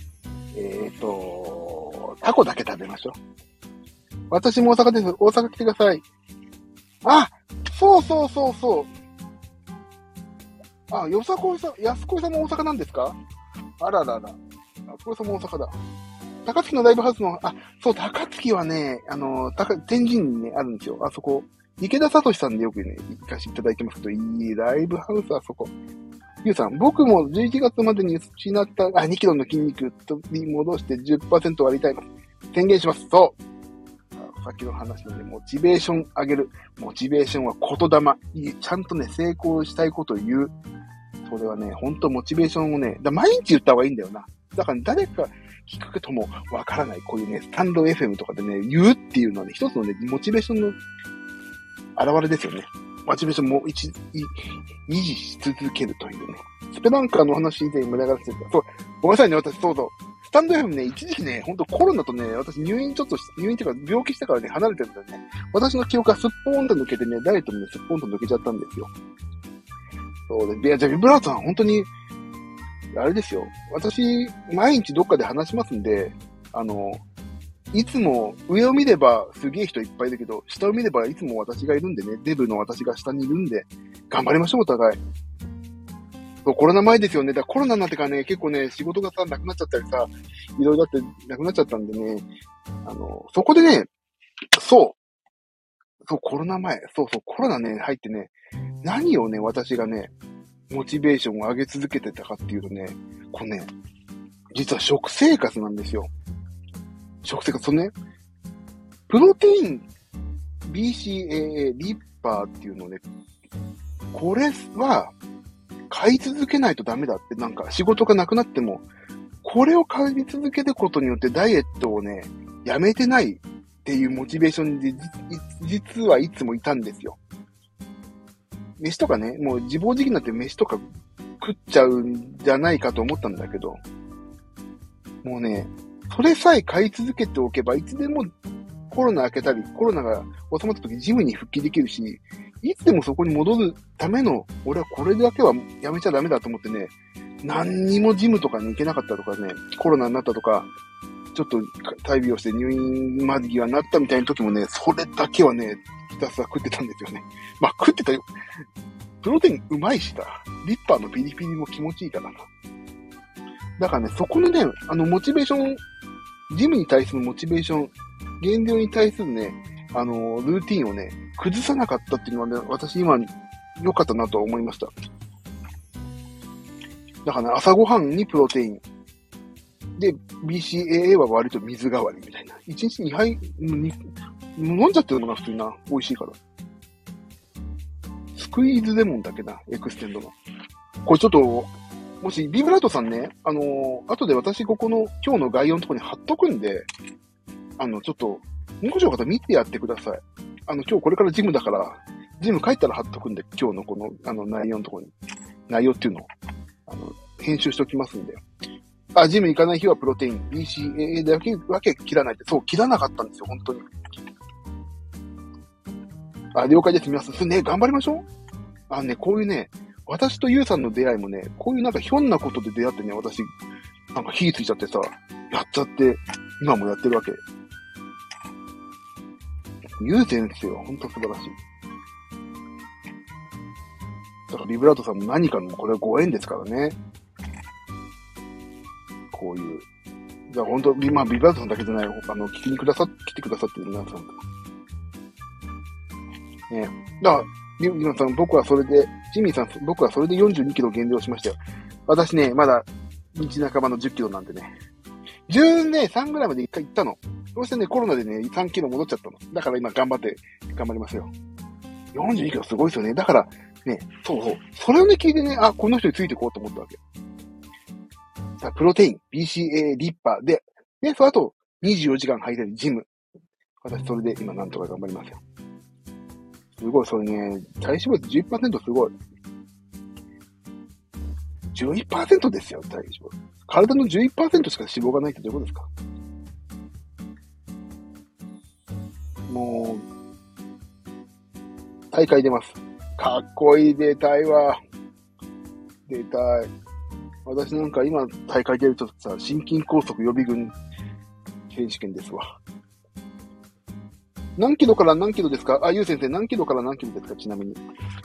タコだけ食べましょう。私も大阪です。大阪来てください。あ、そう。あ、よさこいさん、安子さんも大阪なんですか？あららら。安子さんも大阪だ。高槻のライブハウスの、あ、そう、高槻はね、天神にね、あるんですよ。あそこ。池田聡さんでよくね、行かせていただいてますけど、いいライブハウス、あそこ。ゆうさん、僕も11月までに失った、2キロの筋肉取り戻して 10% 割りたいの。宣言します。そう。さっきの話のね、モチベーション上げる。モチベーションは言霊。ちゃんとね、成功したいことを言う。それはね、ほんとモチベーションをね、毎日言った方がいいんだよな。だから、誰か聞くともわからない。こういうね、スタンド FM とかでね、言うっていうのはね、一つのね、モチベーションの現れですよね。モチベーションも維持し続けるというね。スペランカーの話以前に盛り上がってた。そう、ごめんなさいね、私、そうそう。スタンド FM ね、一時期ね、ほんとコロナとね、私入院っていうか病気してからね、離れてるんだよね。私の記憶がすっぽーんと抜けてね、ダイエットもね、すっぽーんと抜けちゃったんですよ。そうで、じゃあビブラートさん、本当に、あれですよ。私、毎日どっかで話しますんで、いつも上を見ればすげえ人いっぱいいるけど、下を見ればいつも私がいるんでね、デブの私が下にいるんで、頑張りましょう、お互い。そう、コロナ前ですよね。だからコロナになってからね、結構ね、仕事がさ、なくなっちゃったりさ、いろいろあってなくなっちゃったんでね、そこでね、そう、コロナ前、コロナね、入ってね、何をね、私がね、モチベーションを上げ続けてたかっていうとね、これね、実は食生活なんですよ。食生活、ね、プロテイン、BCAA、リッパーっていうのね、これは、買い続けないとダメだって、なんか仕事がなくなっても、これを買い続けることによってダイエットをね、やめてないっていうモチベーションで、実はいつもいたんですよ。飯とかね、もう自暴自棄になって飯とか食っちゃうんじゃないかと思ったんだけど、もうね、それさえ買い続けておけば、いつでもコロナ明けたり、コロナが収まった時ジムに復帰できるし、いつでもそこに戻るための、俺はこれだけはやめちゃダメだと思ってね、何にもジムとかに行けなかったとかね、コロナになったとか、ちょっと大病して入院間際になったみたいな時もね、それだけはね、ひたすら食ってたんですよね。まあ食ってたよ。プロテインうまいしさ、リッパーのピリピリも気持ちいいからな。だからね、そこのね、モチベーション、ジムに対するモチベーション、減量に対するね、ルーティンをね、崩さなかったっていうのはね、私今、良かったなと思いました。だからね、朝ごはんにプロテイン。で、BCAA は割と水代わりみたいな。1日2杯、飲んじゃってるのが普通にな。美味しいから。スクイーズレモンだけな、エクステンドの。これちょっと、もし、ビブラートさんね、後で私ここの今日の概要のところに貼っとくんで、ちょっと、もしよかったら見てやってください。今日これからジムだから、ジム帰ったら貼っとくんで、今日のこの、内容のところに。内容っていうのを、編集しておきますんで。ジム行かない日はプロテイン、BCAA だけ切らないって、そう、切らなかったんですよ、本当に。了解です。皆さん、ね、頑張りましょう。こういうね、私とユウさんの出会いもね、こういうなんかひょんなことで出会ってね、私、なんか火ついちゃってさ、やっちゃって、今もやってるわけ。ユウ先生は本当素晴らしい。だからビブラートさんも何かのこれはご縁ですからね。こういう。じゃあ本当、ビブラートさんだけじゃない、来てくださってる皆さん。ね。だから、ジミーさん、僕はそれで42キロ減量しましたよ。私ね、まだ、道半ばの10キロなんでね。13ぐらいまで一回行ったの。そしてね、コロナでね、3キロ戻っちゃったの。だから今頑張りますよ。42キロすごいですよね。だから、ね、そう。それをね、聞いてね、この人についていこうと思ったわけ。プロテイン、BCA、リッパーで、その後、24時間入れるジム。 私それで今なんとか頑張りますよ。すごい、それね、体脂肪率 11% すごい。11% ですよ、体脂肪。体の 11% しか脂肪がないってどういうことですか？もう、大会出ます。かっこいい、出たいわ。出たい。私なんか今大会出るとさ、心筋梗塞予備軍選手権ですわ。何キロから何キロですか？ゆう先生、何キロから何キロですか？ちなみに。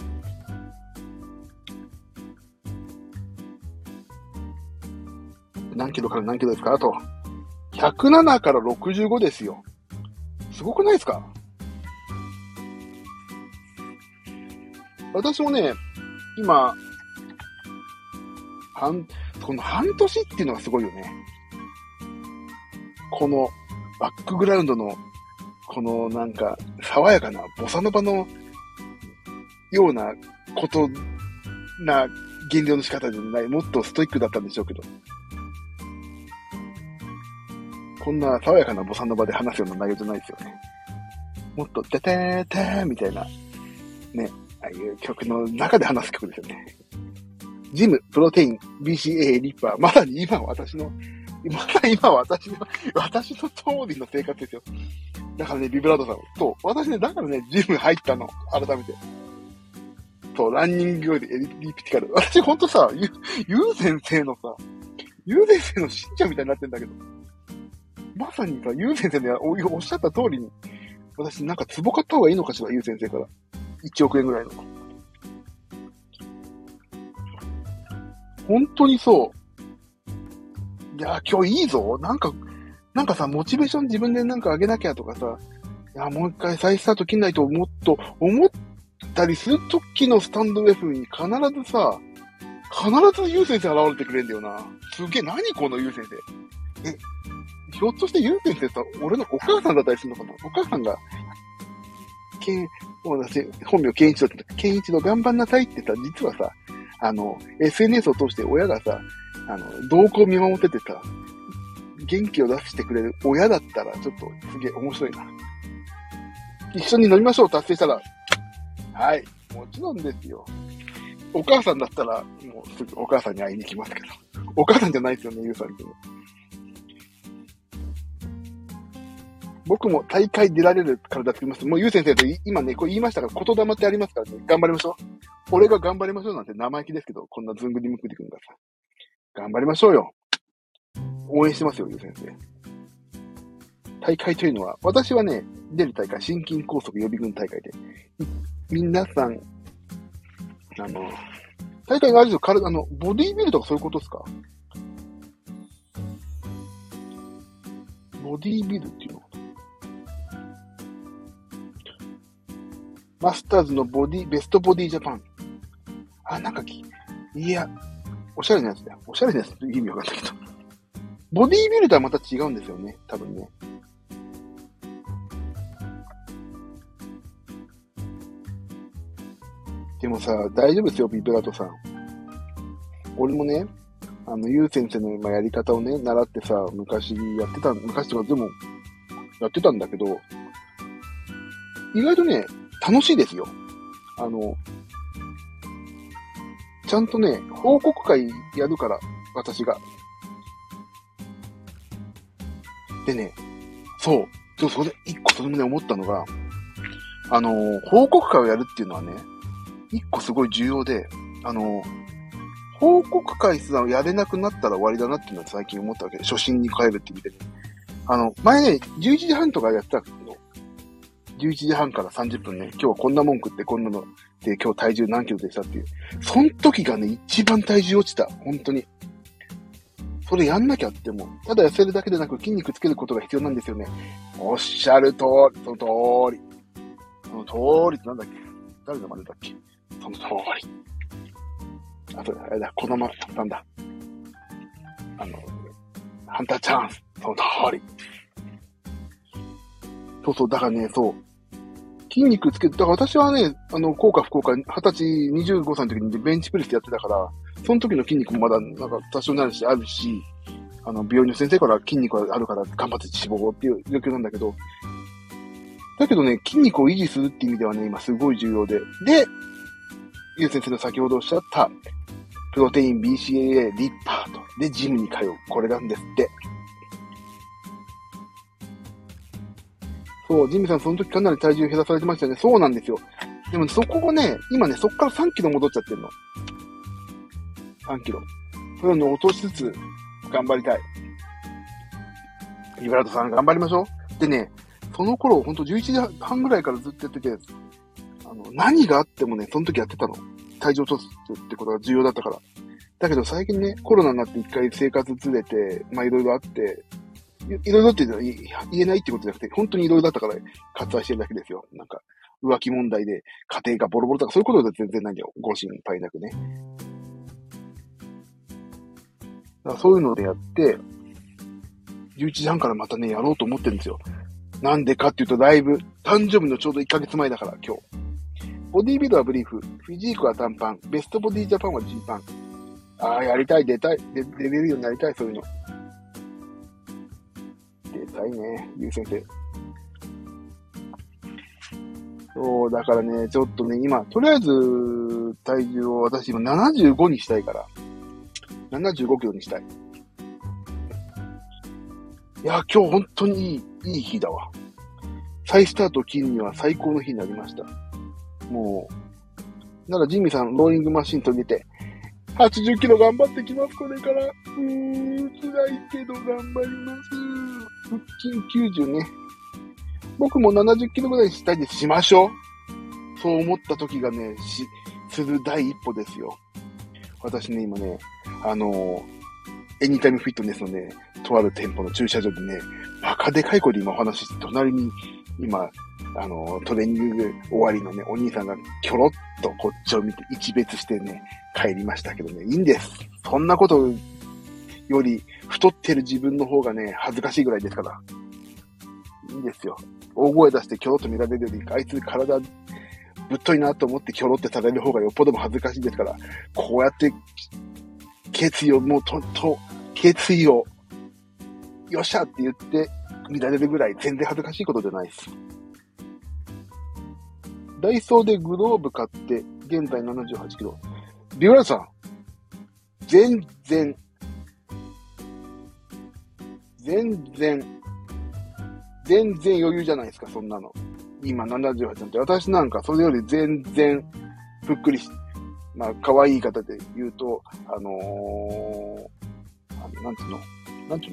何キロから何キロですか？あと、107から65ですよ。すごくないですか？私もね、今、この半年っていうのがすごいよね。このバックグラウンドの、このなんか、爽やかなボサノバのようなことな減量の仕方じゃない、もっとストイックだったんでしょうけど、こんな爽やかなボサノバで話すような内容じゃないですよね。もっと、ててーてーみたいな、ね、ああいう曲の中で話す曲ですよね。ジム、プロテイン、BCA、リッパー、まさに今私の通りの生活ですよ。だからね、ビブラートさん、そう、私ね、だからね、ジム入ったの、改めて。そう、ランニングよりエリピティカル。私ほんとさ、ゆう先生の信者みたいになってんだけど、まさにさ、ゆう先生のおっしゃった通りに、私なんか壺買った方がいいのかしら、ゆう先生から。1億円ぐらいの。本当にそう。いや、今日いいぞ。なんかさ、モチベーション自分でなんか上げなきゃとかさ、いや、もう一回再スタート切んないと思ったりするときのスタンド F に必ずゆう先生現れてくれるんだよな。すげえ、何このゆう先生。ひょっとしてゆう先生さ、俺のお母さんだったりするのかな？お母さんが、もう私、本名健一郎って、健一郎頑張んなさいってさ、実はさ、SNS を通して親がさ、動向を見守っててさ、元気を出してくれる親だったら、ちょっとすげえ面白いな。一緒に乗りましょう、達成したら。はい。もちろんですよ。お母さんだったら、もうすぐお母さんに会いに行きますけど。お母さんじゃないですよね、ゆうさんって。僕も大会出られる体作ります。もうゆう先生と今ね、これ言いましたが、言霊ってありますからね、頑張りましょう。俺が頑張りましょうなんて生意気ですけど、こんなずんぐりむくりくんがさ。頑張りましょうよ。応援してますよ、ゆう先生。大会というのは、私はね、出る大会、心筋梗塞予備軍大会で、皆さん、大会があるとボディービルとかそういうことですか？ボディービルっていうの？マスターズのベストボディジャパン。いや、おしゃれなやつだよ。おしゃれなやつって意味わかんないけど。ボディービルとはまた違うんですよね、多分ね。でもさ、大丈夫ですよ、ビブラートさん。俺もね、ゆう先生の今やり方をね、習ってさ、昔とかでも、やってたんだけど、意外とね、楽しいですよ。ちゃんとね、報告会やるから、私が。でね、それ、それもね、思ったのが、報告会をやるっていうのはね、一個すごい重要で、報告会すらやれなくなったら終わりだなっていうのは最近思ったわけで、初心に帰るって意味でね。前ね、11時半とかやってたけど、11時半から30分ね、今日はこんなもん食ってこんなので、今日体重何キロでしたっていう。その時がね、一番体重落ちた。本当に。それやんなきゃっても、ただ痩せるだけでなく筋肉つけることが必要なんですよね。おっしゃる通り、その通り。その通りってなんだっけ？誰の真似だっけ？その通り。あと、あれだ、このなんだ。ハンターチャンス。その通り。そう、だからね、そう。筋肉つけて、だから私はね、効果不効果、20歳、25歳の時にベンチプレスやってたから、その時の筋肉もまだ、なんか多少なるし、あるし、病院の先生から筋肉があるから頑張って脂肪っていう状況なんだけど、 だけどね、筋肉を維持するって意味ではね、今すごい重要で。で、ゆう先生の先ほどおっしゃった、プロテイン、BCAA、リッパーと。で、ジムに通う。これなんですって。そう、ジミさんその時かなり体重減らされてましたよね。そうなんですよ。でも、そこをね、今ね、そこから3キロ戻っちゃってるの。3キロ。そういうのを落としつつ、頑張りたい。リブラートさん頑張りましょう。でね、その頃、ほんと11時半ぐらいからずっとやってて、何があってもね、その時やってたの。体重落とすってことが重要だったから。だけど最近ね、コロナになって一回生活ずれて、まあいろいろあって、いろいろって言えないってことじゃなくて、本当にいろいろだったから割愛してるだけですよ。なんか、浮気問題で家庭がボロボロとかそういうことは全然ないんだよ。ご心配なくね。だからそういうのでやって、11時半からまたね、やろうと思ってるんですよ。なんでかっていうと、ライブ、誕生日のちょうど1ヶ月前だから、今日。ボディビルはブリーフ、フィジークは短パン、ベストボディジャパンはジーパン。ああ、やりたい、出たい、出れるようになりたい、そういうの。出たいね、ゆう先生。そう、だからね、ちょっとね、今、とりあえず、体重を私今75にしたいから。75キロにしたい。いや、今日本当にいい日だわ。再スタートを切るには最高の日になりました。もう、なんかジミーさん、ローイングマシンと出て、80キロ頑張ってきます、これから。辛いけど頑張ります。腹筋90ね。僕も70キロぐらいしたいです。しましょう。そう思った時がね、する第一歩ですよ。私ね、今ね、エニタイムフィットネスのね、とある店舗の駐車場でね、バカでかい声で今お話しして、隣に今、トレーニング終わりのね、お兄さんがキョロッとこっちを見て一別してね、帰りましたけどね、いいんです。そんなことより、太ってる自分の方がね、恥ずかしいぐらいですから。いいんですよ。大声出してキョロッと見られるより、あいつ体ぶっといなと思ってキョロってされる方がよっぽども恥ずかしいですから、こうやって決意を決意をよっしゃって言って見られるぐらい全然恥ずかしいことじゃないです。ダイソーでグローブ買って現在78キロ。ビオラさん、全然余裕じゃないですか、そんなの。今78なんて、私なんかそれより全然ぷっくりし、まあ、可愛い言い方で言うと、なんていうのっけ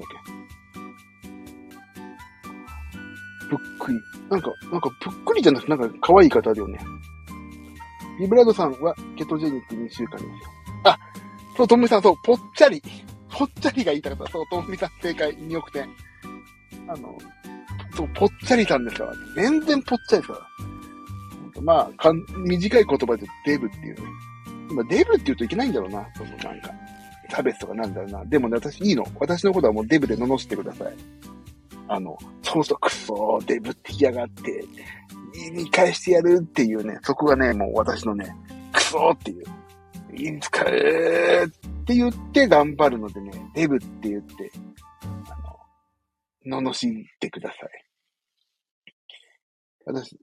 ぷっくり。なんかぷっくりじゃなくて、なんか可愛い言い方あるよね。ビブラードさんはケトジェニック2週間ですよ。あ、そう、ともみさん、そう、ぽっちゃりが言いたかった。そう、ともみさん正解、2億点。そう、ぽっちゃりさんですから、ね。全然ぽっちゃりですから。まあ、短い言葉でデブっていうね。今、デブって言うといけないんだろうな。なんか、差別とかなんだろうな。でもね、私いいの。私のことはもうデブで罵ってください。そうするとクソーデブって言いやがって、見返してやるっていうね、そこがね、もう私のね、クソーっていう、いつかって言って頑張るのでね、デブって言って、罵ってください。私、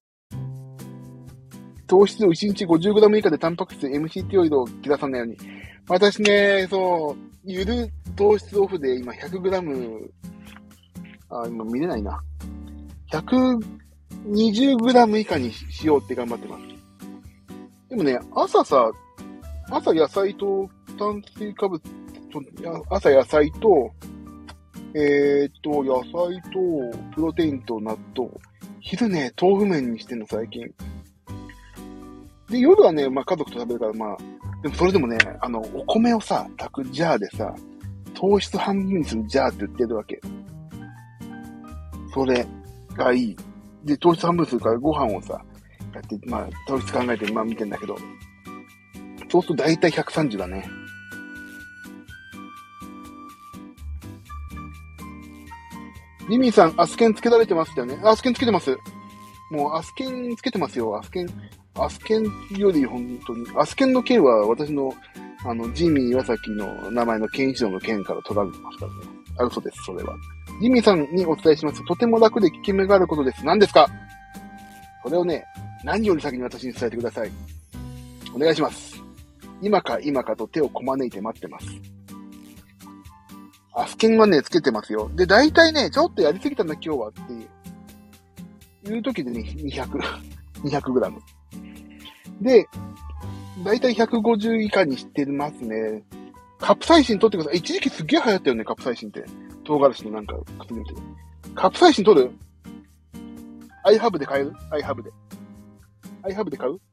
糖質を1日 50g 以下でタンパク質 MCT オイルを切らさないように。私ね、そう、ゆる糖質オフで今 100g、今見れないな。120g 以下にしようって頑張ってます。でもね、朝野菜と炭水化物と、朝野菜と、野菜と、プロテインと納豆。昼ね、豆腐麺にしてんの、最近。で、夜はね、まあ家族と食べるから、まあ、でもそれでもね、お米をさ、炊くジャーでさ、糖質半分にするジャーって言ってるわけ。それがいい。で、糖質半分するからご飯をさ、やって、まあ、糖質考えて、まあ見てんだけど、そうすると大体130だね。リミーさん、アスケンつけられてますよね。アスケンつけてます。もうアスケンつけてますよ。アスケンより本当に。アスケンの剣は私の、ジミー岩崎の名前の剣士道の剣から取られてますからね。嘘です、それは。ジミーさんにお伝えします。とても楽で効き目があることです。何ですか？ それをね、何より先に私に伝えてください。お願いします。今か今かと手をこまねいて待ってます。アスケンはね、つけてますよ。で、大体ね、ちょっとやりすぎたんだ今日はっていう時でね、200グラム。で、大体150以下にしてますね。カプサイシン取ってください。一時期すっげえ流行ったよね、カプサイシンって。唐辛子のなんか、薬みたいな。カプサイシン取る？ iHub で買える？ iHub で。iHub で買う？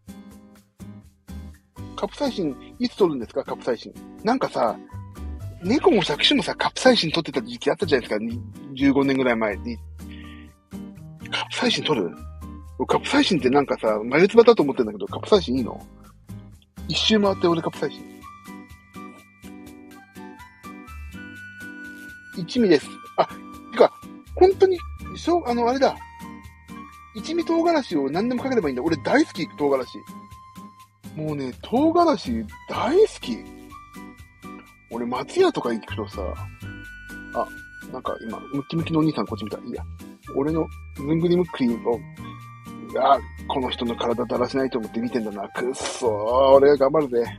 カプサイシン、いつ取るんですか？カプサイシン。なんかさ、猫も借種もさ、カプサイシン取ってた時期あったじゃないですか。15年ぐらい前に。カプサイシン取る？カプサイシンってなんかさ、眉唾だと思ってんだけど、カプサイシンいいの？一周回って俺カプサイシン。一味です。あ、てか、本当に、あれだ。一味唐辛子を何でもかければいいんだ。俺大好き、唐辛子。もうね、唐辛子大好き。俺、松屋とか行くとさ、あ、なんか今、ムッキムキのお兄さんこっち見た。いいや。俺のずんぐりむっくりを、この人の体だらしないと思って見てんだな。くっそー。俺が頑張るぜ。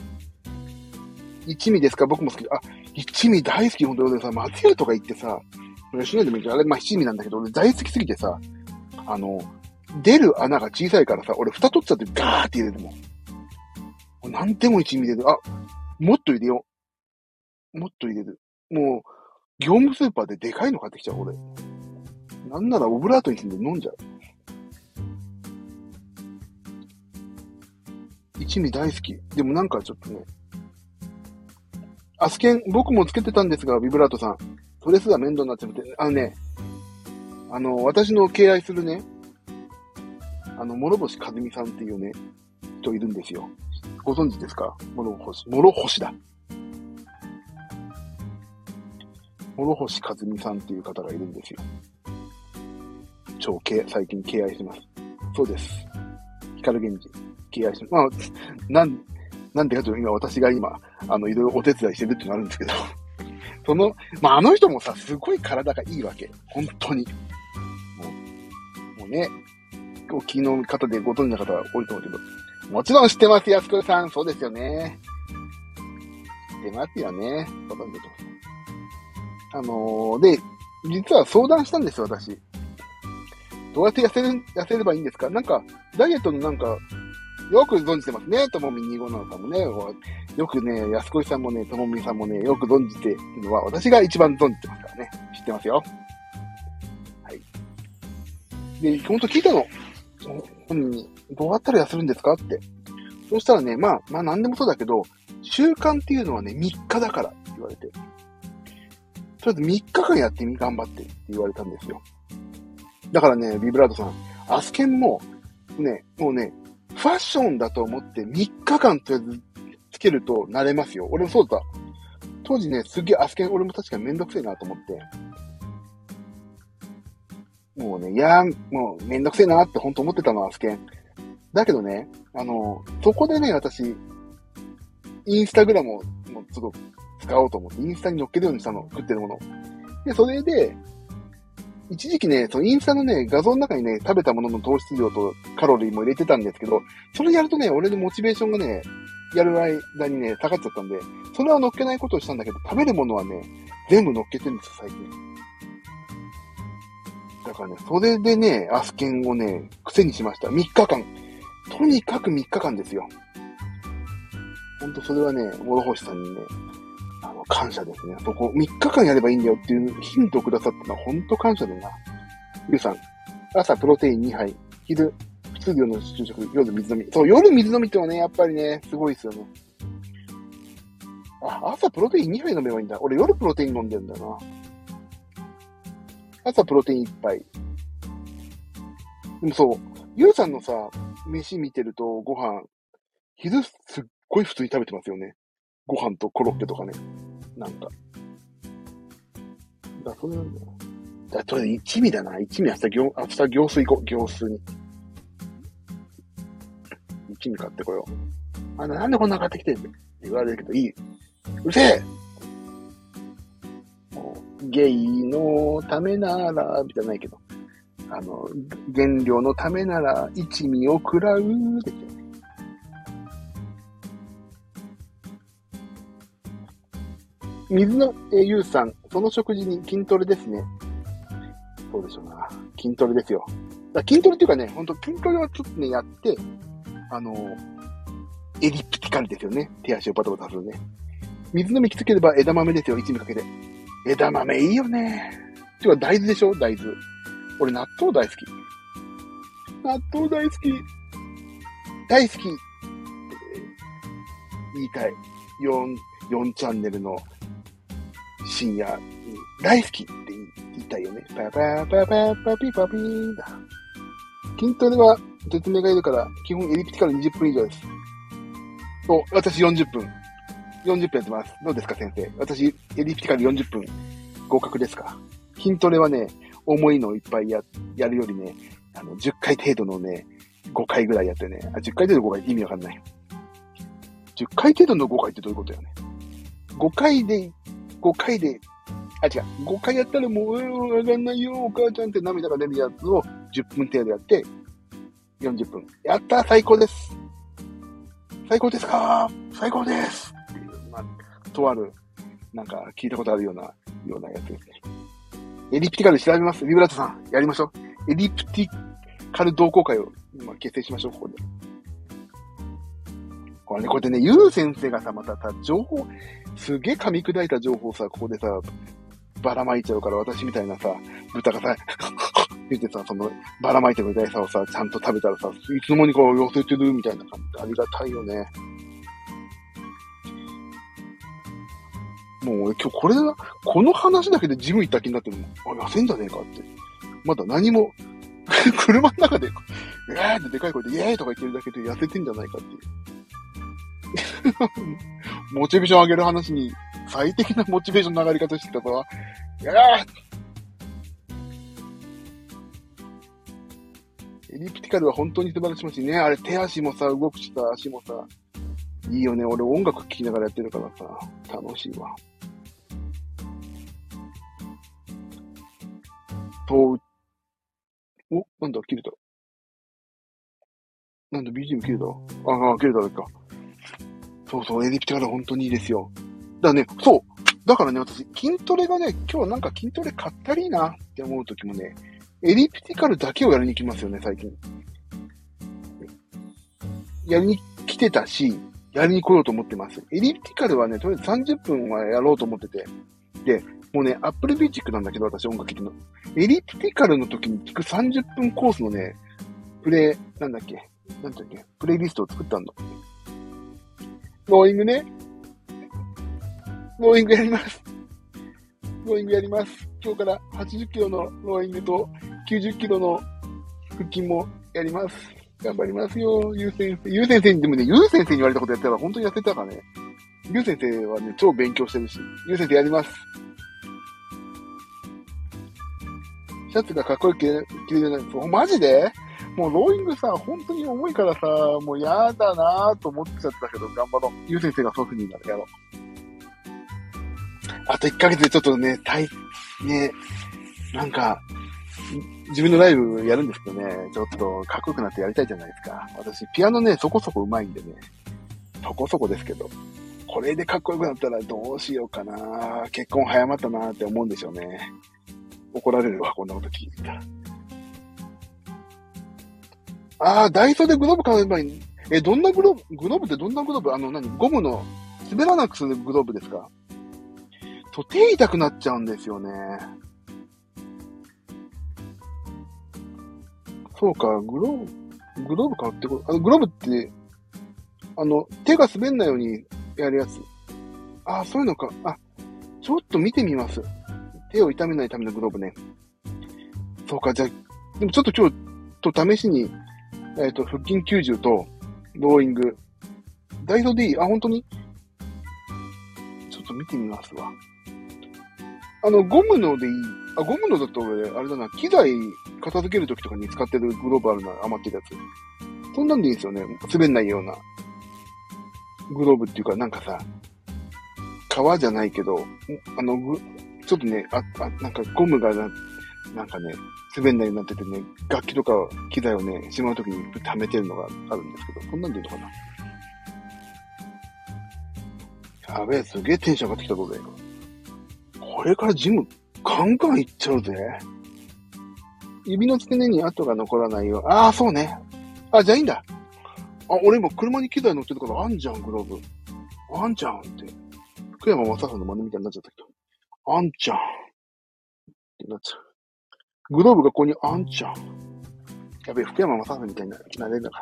一味ですか？僕も好き。一味大好き。本当に俺さ、松屋とか行ってさ、吉野でもいいけど、あれ、七味なんだけど、俺大好きすぎてさ、出る穴が小さいからさ、俺蓋取っちゃってガーって入れるもん。なんでも一味入れる。もっと入れよう。もっと入れる。もう、業務スーパーででかいの買ってきちゃう、俺。なんならオブラートにして飲んじゃう。一味大好き。でもなんかちょっとね、アスケン、僕もつけてたんですが、ビブラートさん。それすら面倒になっちゃって、私の敬愛するね、諸星和美さんっていうね、人いるんですよ。ご存知ですか？諸星だ。諸星和美さんっていう方がいるんですよ。最近敬愛してます。そうです。光源氏。敬愛してます。なんでかというと、私が今、いろいろお手伝いしてるっていうのがあるんですけど、あの人もさ、すごい体がいいわけ。本当に。もうね、お聞きの方でご存知の方は多いと思うけど、もちろん知ってます、安子さん。そうですよね。知ってますよね。ご存知で、実は相談したんですよ、私。どうやって痩せればいいんですか？なんか、ダイエットのなんか、よく存じてますね。ともみ257さんもね。よくね、安子さんもね、ともみさんもね、よく存じているのは、私が一番存じてますからね。知ってますよ。はい。で、ほんと聞いたの。本人に、どうやったら痩せるんですかって。そうしたらね、なんでもそうだけど、習慣っていうのはね、3日だからって言われて。とりあえず3日間やってみ、頑張ってって言われたんですよ。だからね、ビブラートさん、アスケンも、もうね、ファッションだと思って3日間とりあえずつけると慣れますよ。俺もそうだった。当時ね、すげえアスケン、俺も確かにめんどくせえなと思って。もうね、もうめんどくせえなって本当思ってたの、アスケン。だけどね、そこでね、私、インスタグラムをちょっと使おうと思って、インスタに載っけるようにしたの、食ってるもの。で、それで、一時期ね、そのインスタのね、画像の中にね、食べたものの糖質量とカロリーも入れてたんですけど、それやるとね、俺のモチベーションがね、やる間にね、下がっちゃったんで、それは乗っけないことをしたんだけど、食べるものはね、全部乗っけてるんですよ、最近。だからね、それでね、アスケンをね、癖にしました。3日間。とにかく3日間ですよ。ほんとそれはね、諸星さんにね、感謝ですね。3日間やればいいんだよっていうヒントをくださったのは本当感謝だな。ゆうさん、朝プロテイン2杯、昼普通量の昼食、夜水飲み。そう、夜水飲みってのはね、やっぱりね、すごいですよね。朝プロテイン2杯飲めばいいんだ。俺夜プロテイン飲んでるんだよな。朝プロテイン1杯。でもそう、ゆうさんのさ、飯見てるとご飯、昼すっごい普通に食べてますよね。ご飯とコロッケとかね。なんか。それなんだよ。とりあえず一味だな。一味明日行水行こう。行水に。一味買ってこよう。なんでこんな買ってきてって言われるけど、いい。うるせえゲイのためなら、じゃないけど。 原料のためなら一味を食らうですよね。水野優さん、その食事に筋トレですね。そうでしょうな。筋トレですよ。筋トレっていうかね、ほんと筋トレはちょっとね、やって、エリプティカルですよね。手足をバタバタするね。水飲みきつければ枝豆ですよ。一味かけて。枝豆いいよね。てか大豆でしょ大豆。俺納豆大好き。納豆大好き。大好き。言いたい。4チャンネルの深夜に大好きって言いたいよね。パパパパパピパピーだ。筋トレは説明がいるから基本エリプティカル20分以上です。私40分。40分やってます。どうですか先生。私エリプティカル40分合格ですか。筋トレはね、重いのをいっぱいやるよりね、10回程度のね、5回ぐらいやってね。10回程度5回って意味わかんない。10回程度の5回ってどういうことやね。5回で、違う。5回やったらもう、上がんないよ、お母ちゃんって涙が出るやつを10分程度やって、40分。やったー、最高です。最高ですかー最高ですっていう、とある、なんか聞いたことあるようなやつですね。エリプティカル調べます。ビブラートさん、やりましょう。エリプティカル同好会を今結成しましょう、ここで。これでね、ゆう先生がさ、またさ、情報、すげえ噛み砕いた情報さ、ここでさ、ばらまいちゃうから、私みたいなさ、豚がさ、言ってさ、ばらまいてるみたいさをさ、ちゃんと食べたらさ、いつの間にか寄せてるみたいな感じでありがたいよね。もう俺今日この話だけでジム行った気になってるもん。痩せんじゃねえかって。まだ何も、車の中で、ってでかい声でイエーイとか言ってるだけで痩せてんじゃないかっていう。モチベーション上げる話に最適なモチベーションの上がり方してたから、エリプティカルは本当に素晴らしいしね。あれ手足もさ、動くしさ、足もさ、いいよね。俺音楽聴きながらやってるからさ、楽しいわ。なんだ、切れた。なんだ、BGM 切れた。切れただけか。そう、エリプティカルは本当にいいですよ。だからね、だからね、私、筋トレがね、今日なんか筋トレ買ったりいいなって思うときもね、エリプティカルだけをやりに来ますよね、最近。やりに来てたし、やりに来ようと思ってます。エリプティカルはね、とりあえず30分はやろうと思ってて。で、もうね、Apple Music なんだけど、私音楽聴くの。エリプティカルの時に聴く30分コースのね、プレイリストを作ったんだ。ローイングね。ローイングやります。ローイングやります。今日から80キロのローイングと90キロの腹筋もやります。頑張りますよ、ゆう先生。ゆう先生に、でもね、ゆう先生に言われたことやったら本当に痩せたからね。ゆう先生はね、超勉強してるし。ゆう先生やります。シャツがかっこよく着れない。マジでもうローイングさ、本当に重いからさ、もうやだなぁと思っちゃったけど、頑張ろう。ゆう先生がそういう風になるやろう。あと1ヶ月でちょっとね、なんか、自分のライブやるんですけどね、ちょっとかっこよくなってやりたいじゃないですか。私、ピアノね、そこそこ上手いんでね、そこそこですけど、これでかっこよくなったらどうしようかな。結婚早まったなって思うんでしょうね。怒られるわ、こんなこと聞いたら。ダイソーでグローブ買えばいい。どんなグローブってどんなグローブ？ゴムの、滑らなくするグローブですか？手痛くなっちゃうんですよね。そうか、グローブ買ってこい。グローブって、手が滑んないようにやるやつ。そういうのか。ちょっと見てみます。手を痛めないためのグローブね。そうか、じゃあ、でもちょっと今日、試しに、腹筋90と、ローイング。ダイソーでいい？本当に？ちょっと見てみますわ。ゴムのでいい？ゴムのだと俺、あれだな、機材片付けるときとかに使ってるグローブあるな、余ってるやつ。そんなんでいいですよね。滑んないような。グローブっていうか、なんかさ、革じゃないけど、ちょっとね、なんかゴムがなんかね、滑んないようになっててね、楽器とか機材をね、しまうときに溜めてるのがあるんですけど、こんなんでいいのかな。やべえ、すげえテンション上がってきたぞ、俺。これからジム、ガンガン行っちゃうぜ。指の付け根に跡が残らないよ。ああ、そうね。あ、じゃあいいんだ。あ、俺今車に機材乗ってるからあんじゃん、グローブ。あんじゃんって。福山雅治の真似みたいになっちゃったけど。あんちゃんってなっちゃう。グローブがここにあんちゃん。やべえ、福山雅治みたいになれるんだから。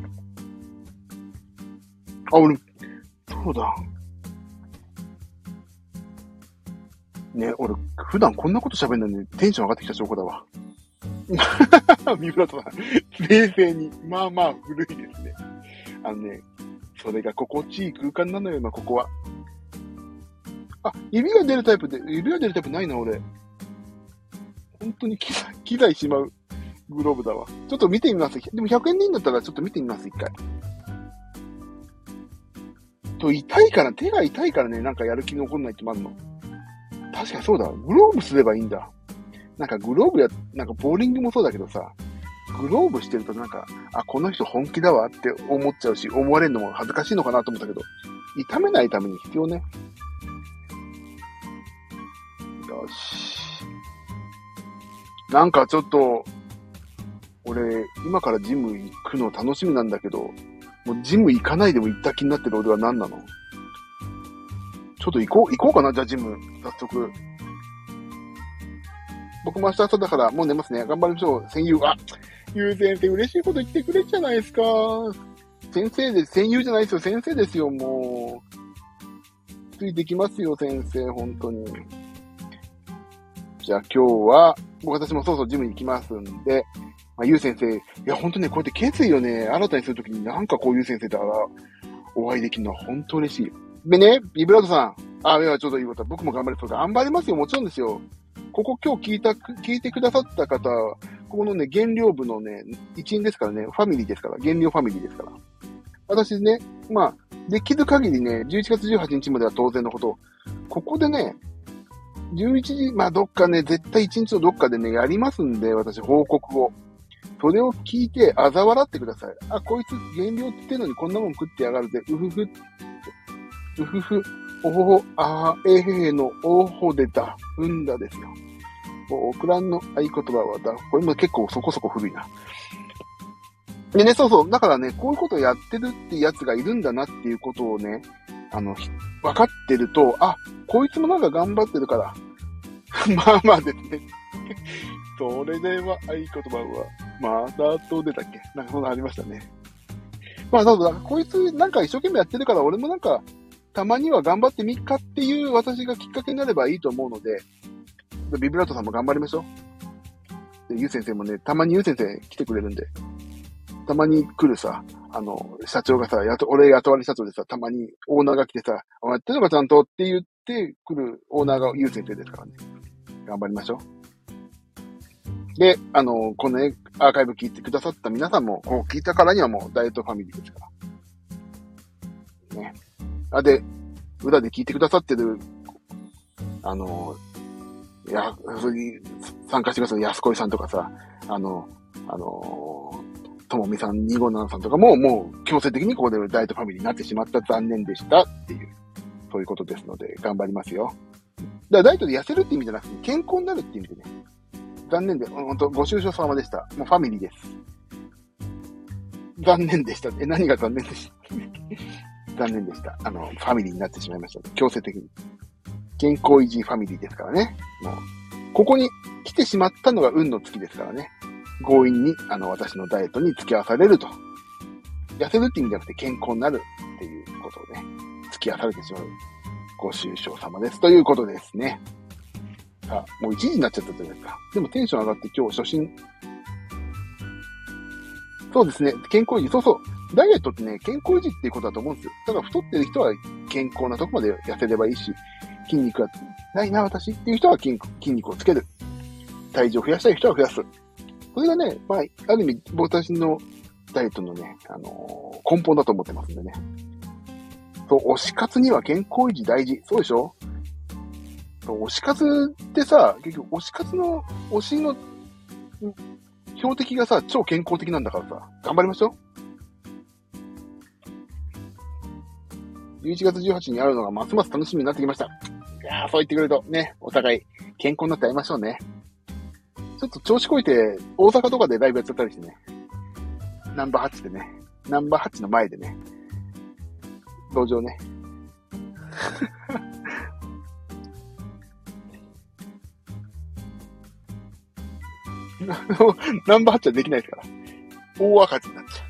あ、俺、そうだ。ね、俺、普段こんなこと喋るのにテンション上がってきた証拠だわ。三浦とさん、冷静に、まあまあ古いですね。それが心地いい空間なのよ、今、ここは。あ、指が出るタイプないな、俺。本当に機材しまうグローブだわ。ちょっと見てみます。でも100円でいいんだったらちょっと見てみます、一回。痛いから、手が痛いからね、なんかやる気が起こんないってもあるの。確かにそうだ。グローブすればいいんだ。なんかグローブなんかボーリングもそうだけどさ、グローブしてるとなんか、あ、この人本気だわって思っちゃうし、思われるのも恥ずかしいのかなと思ったけど、痛めないために必要ね。よし。なんかちょっと、俺、今からジム行くの楽しみなんだけど、もうジム行かないでも行った気になってる俺は何なの？ちょっと行こうかな、じゃあジム、早速。僕も明日朝だからもう寝ますね。頑張りましょう。戦友。あ、ゆう先生嬉しいこと言ってくれじゃないですか。先生です。戦友じゃないですよ。先生ですよ、もう。ついてきますよ、先生、本当に。じゃあ今日は、私もそうそうジムに行きますんで、まあ、ゆう先生、いや、本当ね、こうやって決意をね、新たにするときになんかこういう先生とお会いできるのは本当嬉しい。でね、ビブラートさん。いや、ちょうどいいこと。僕も頑張ります。頑張りますよ。もちろんですよ。ここ今日聞いてくださった方、ここのね、原料部のね、一員ですからね、ファミリーですから、原料ファミリーですから。私ね、まあ、できる限りね、11月18日までは当然のこと、ここでね、11時、まあどっかね、絶対1日のどっかでね、やりますんで、私報告を。それを聞いて、嘲笑ってください。あ、こいつ原料って言ってんのにこんなもん食ってやがるぜ。うふふ。うふふ。おほほ。へへのおほでだ。うんだですよ。オクランの合言葉はだ。これも結構そこそこ古いな。でね、そうそう。だからね、こういうことをやってるってやつがいるんだなっていうことをね、分かってると、あ、こいつもなんか頑張ってるから。まあまあですね。それでは合言葉は、まだと出たっけなんかそんなのありましたね。まあ、そうだ、こいつなんか一生懸命やってるから、俺もなんか、たまには頑張ってみっかっていう私がきっかけになればいいと思うので、ビブラートさんも頑張りましょう。で、ゆう先生もね、たまにゆう先生来てくれるんで、たまに来るさ、社長がさ、俺雇われ社長でさ、たまにオーナーが来てさ、やってるのかちゃんとって言って来るオーナーがゆう先生ですからね。頑張りましょう。で、このね、アーカイブ聞いてくださった皆さんも、こう聞いたからにはもうダイエットファミリーですから。ね。で、裏で聞いてくださってる、それに参加してくださる安子さんとかさ、ともみさん257さんとかも、もう強制的にここでダイエットファミリーになってしまった残念でしたっていう、そういうことですので、頑張りますよ。だからダイエットで痩せるって意味じゃなくて、健康になるって意味でね。残念で、本当ご愁傷様でした。もうファミリーです。残念でした。何が残念でした残念でした。ファミリーになってしまいました。強制的に。健康維持ファミリーですからね。もう、ここに来てしまったのが運の月ですからね。強引に、私のダイエットに付き合わされると。痩せるって意味じゃなくて健康になるっていうことをね、付き合わされてしまう。ご愁傷様です。ということですね。もう1時になっちゃったじゃないですか。でもテンション上がって今日初心。そうですね。健康維持。そうそう。ダイエットってね、健康維持っていうことだと思うんですよ。だから太ってる人は健康なとこまで痩せればいいし、筋肉がないな、私っていう人は筋肉をつける。体重を増やしたい人は増やす。それがね、まあ、ある意味、私のダイエットのね、根本だと思ってますんでね。そう、推し活には健康維持大事。そうでしょ？ そう、推し活ってさ、結局推し活の、推しの標的がさ、超健康的なんだからさ、頑張りましょう。11月18日に会うのがますます楽しみになってきました。いやー、そう言ってくれると、ね、お互い健康になって会いましょうね。ちょっと調子こいて、大阪とかでライブやっちゃったりしてね。ナンバー8でね。ナンバー8の前でね。道場ね。ナンバー8はできないですから。大赤字になっちゃ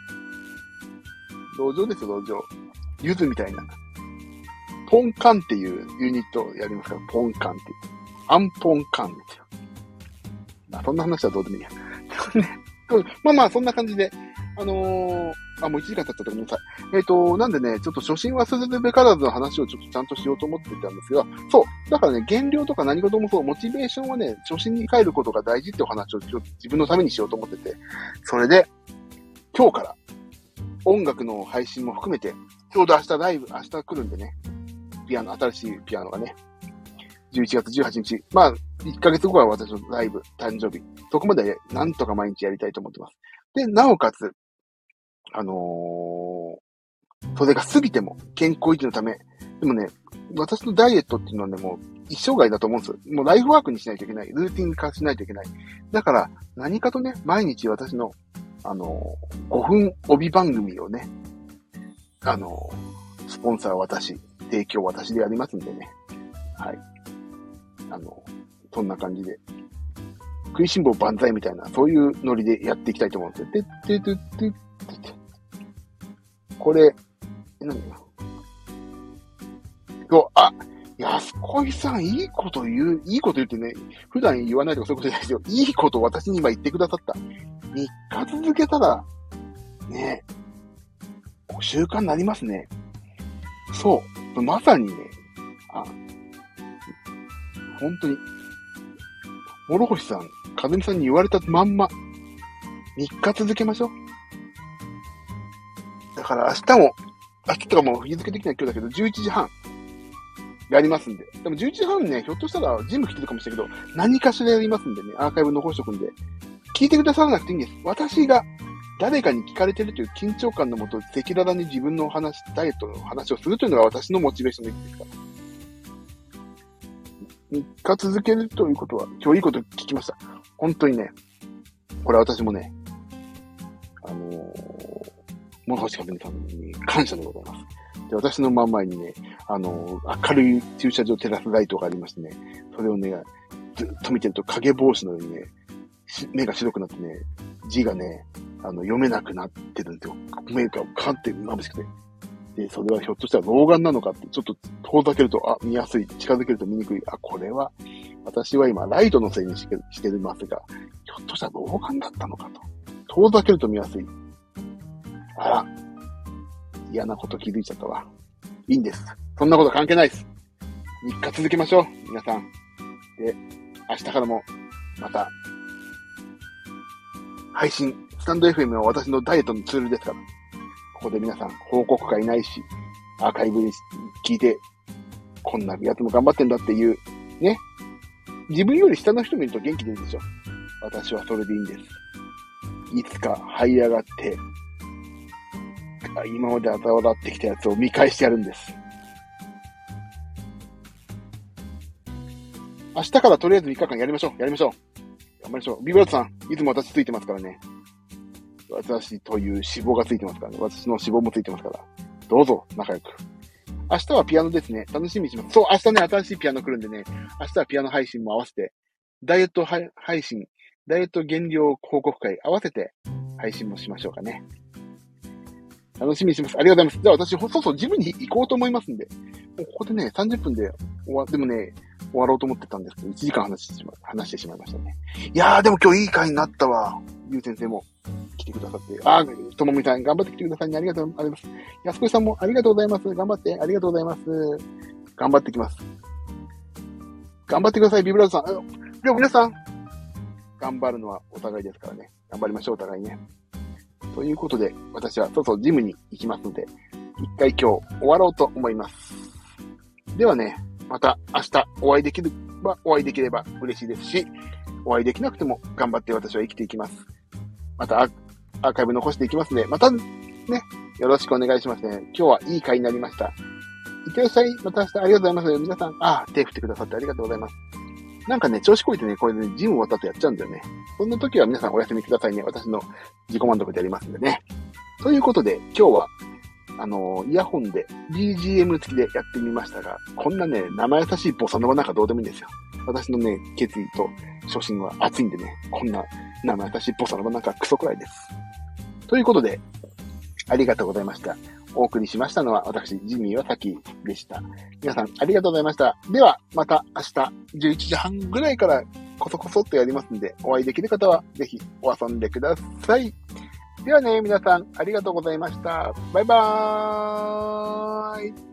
う。道場ですよ、道場。ゆずみたいな。ポンカンっていうユニットをやりますから、ポンカンって。アンポンカンですよ。そんな話はどうでもいいや。まあまあ、そんな感じで、もう1時間経っちゃったごめんなさい。なんでね、ちょっと初心忘れべからずの話をちょっとちゃんとしようと思っていたんですが、そう。だからね、減量とか何事もそう、モチベーションはね、初心に帰ることが大事ってお話をちょっと自分のためにしようと思ってて、それで、今日から音楽の配信も含めて、ちょうど明日来るんでね、新しいピアノがね、11月18日。まあ、1ヶ月後は私のライブ、誕生日。そこまでなんとか毎日やりたいと思ってます。で、なおかつ、それが過ぎても健康維持のため、でもね、私のダイエットっていうのはね、もう一生涯だと思うんですよ。もうライフワークにしないといけない。ルーティン化しないといけない。だから、何かとね、毎日私の、5分帯番組をね、スポンサー私、提供私でやりますんでね。はい。そんな感じで。食いしん坊万歳みたいな、そういうノリでやっていきたいと思うんですよ。これ、何だよ。安子さん、いいこと言ってね、普段言わないとかそういうことじゃないですよ。いいこと私に今言ってくださった。3日続けたら、ね、習慣になりますね。そう。まさにね、本当に、諸星さん、かずみさんに言われたまんま、3日続けましょう。だから明日とかも日付的には今日だけど、11時半、やりますんで。でも11時半ね、ひょっとしたらジム来てるかもしれないけど、何かしらやりますんでね、アーカイブ残しとくんで、聞いてくださらなくていいんです。私が誰かに聞かれてるという緊張感のもと、赤裸々に自分の話、ダイエットの話をするというのが私のモチベーションの一つですから。3日続けるということは、今日いいこと聞きました。本当にね、これは私もね、諸星かずみさんに感謝でございます。で、私の真ん前にね、明るい駐車場テラスライトがありましてね、それをね、ずっと見てると影帽子のようにね、目が白くなってね、字がね、読めなくなってるんですよ。目がカンって眩しくて。で、それはひょっとしたら老眼なのかって、ちょっと遠ざけると、見やすい、近づけると見にくい。これは、私は今、ライトのせいにしてますが、ひょっとしたら老眼だったのかと。遠ざけると見やすい。嫌なこと気づいちゃったわ。いいんです。そんなこと関係ないです。3日続けましょう。皆さん。で、明日からも、また、配信、スタンド FM は私のダイエットのツールですから。ここで皆さん、報告会ないし、アーカイブに聞いて、こんなやつも頑張ってんだっていう、ね。自分より下の人見ると元気出るでしょ。私はそれでいいんです。いつか這い上がって、今まであざ笑ってきたやつを見返してやるんです。明日からとりあえず3日間やりましょう。頑張りましょう。ビブラートさん、いつも私ついてますからね。私という脂肪がついてますからね。私の脂肪もついてますから。どうぞ、仲良く。明日はピアノですね。楽しみにします。そう、明日ね、新しいピアノ来るんでね、明日はピアノ配信も合わせて、ダイエット配信、ダイエット減量報告会合わせて配信もしましょうかね。楽しみにします。ありがとうございます。じゃあ私、そうジムに行こうと思いますんで、もうここでね、30分ででもね、終わろうと思ってたんですけど、1時間話してしまいましたね。いやー、でも今日いい回になったわ。ゆう先生も来てくださって。ともみさん、頑張ってきてくださいね。ありがとうございます。やすこさんもありがとうございます。頑張って。ありがとうございます。頑張ってきます。頑張ってください、ビブラートさん。でも皆さん、頑張るのはお互いですからね。頑張りましょう、お互いね。ということで、私はそうジムに行きますので、一回今日終わろうと思います。ではね、 また明日お会いできれば嬉しいですし、お会いできなくても頑張って私は生きていきます。またアーカイブ残していきますね。またね、よろしくお願いしますね。今日はいい回になりました。いってらっしゃい。また明日ありがとうございます。皆さん、手振ってくださってありがとうございます。なんかね、調子こいてね、これね、ジム終わった後やっちゃうんだよね。そんな時は皆さんお休みくださいね。私の自己満足でやりますんでね。ということで、今日は、イヤホンで BGM 付きでやってみましたが、こんなね、生優しいボサノバなんかどうでもいいんですよ。私のね、決意と初心は熱いんでね、こんな生優しいボサノバなんかクソくらいです。ということで、ありがとうございました。お送りしましたのは私、ジミー・ワサキでした。皆さんありがとうございました。では、また明日11時半ぐらいからコソコソっとやりますんで、お会いできる方はぜひお遊んでください。ではね、皆さんありがとうございました。バイバーイ。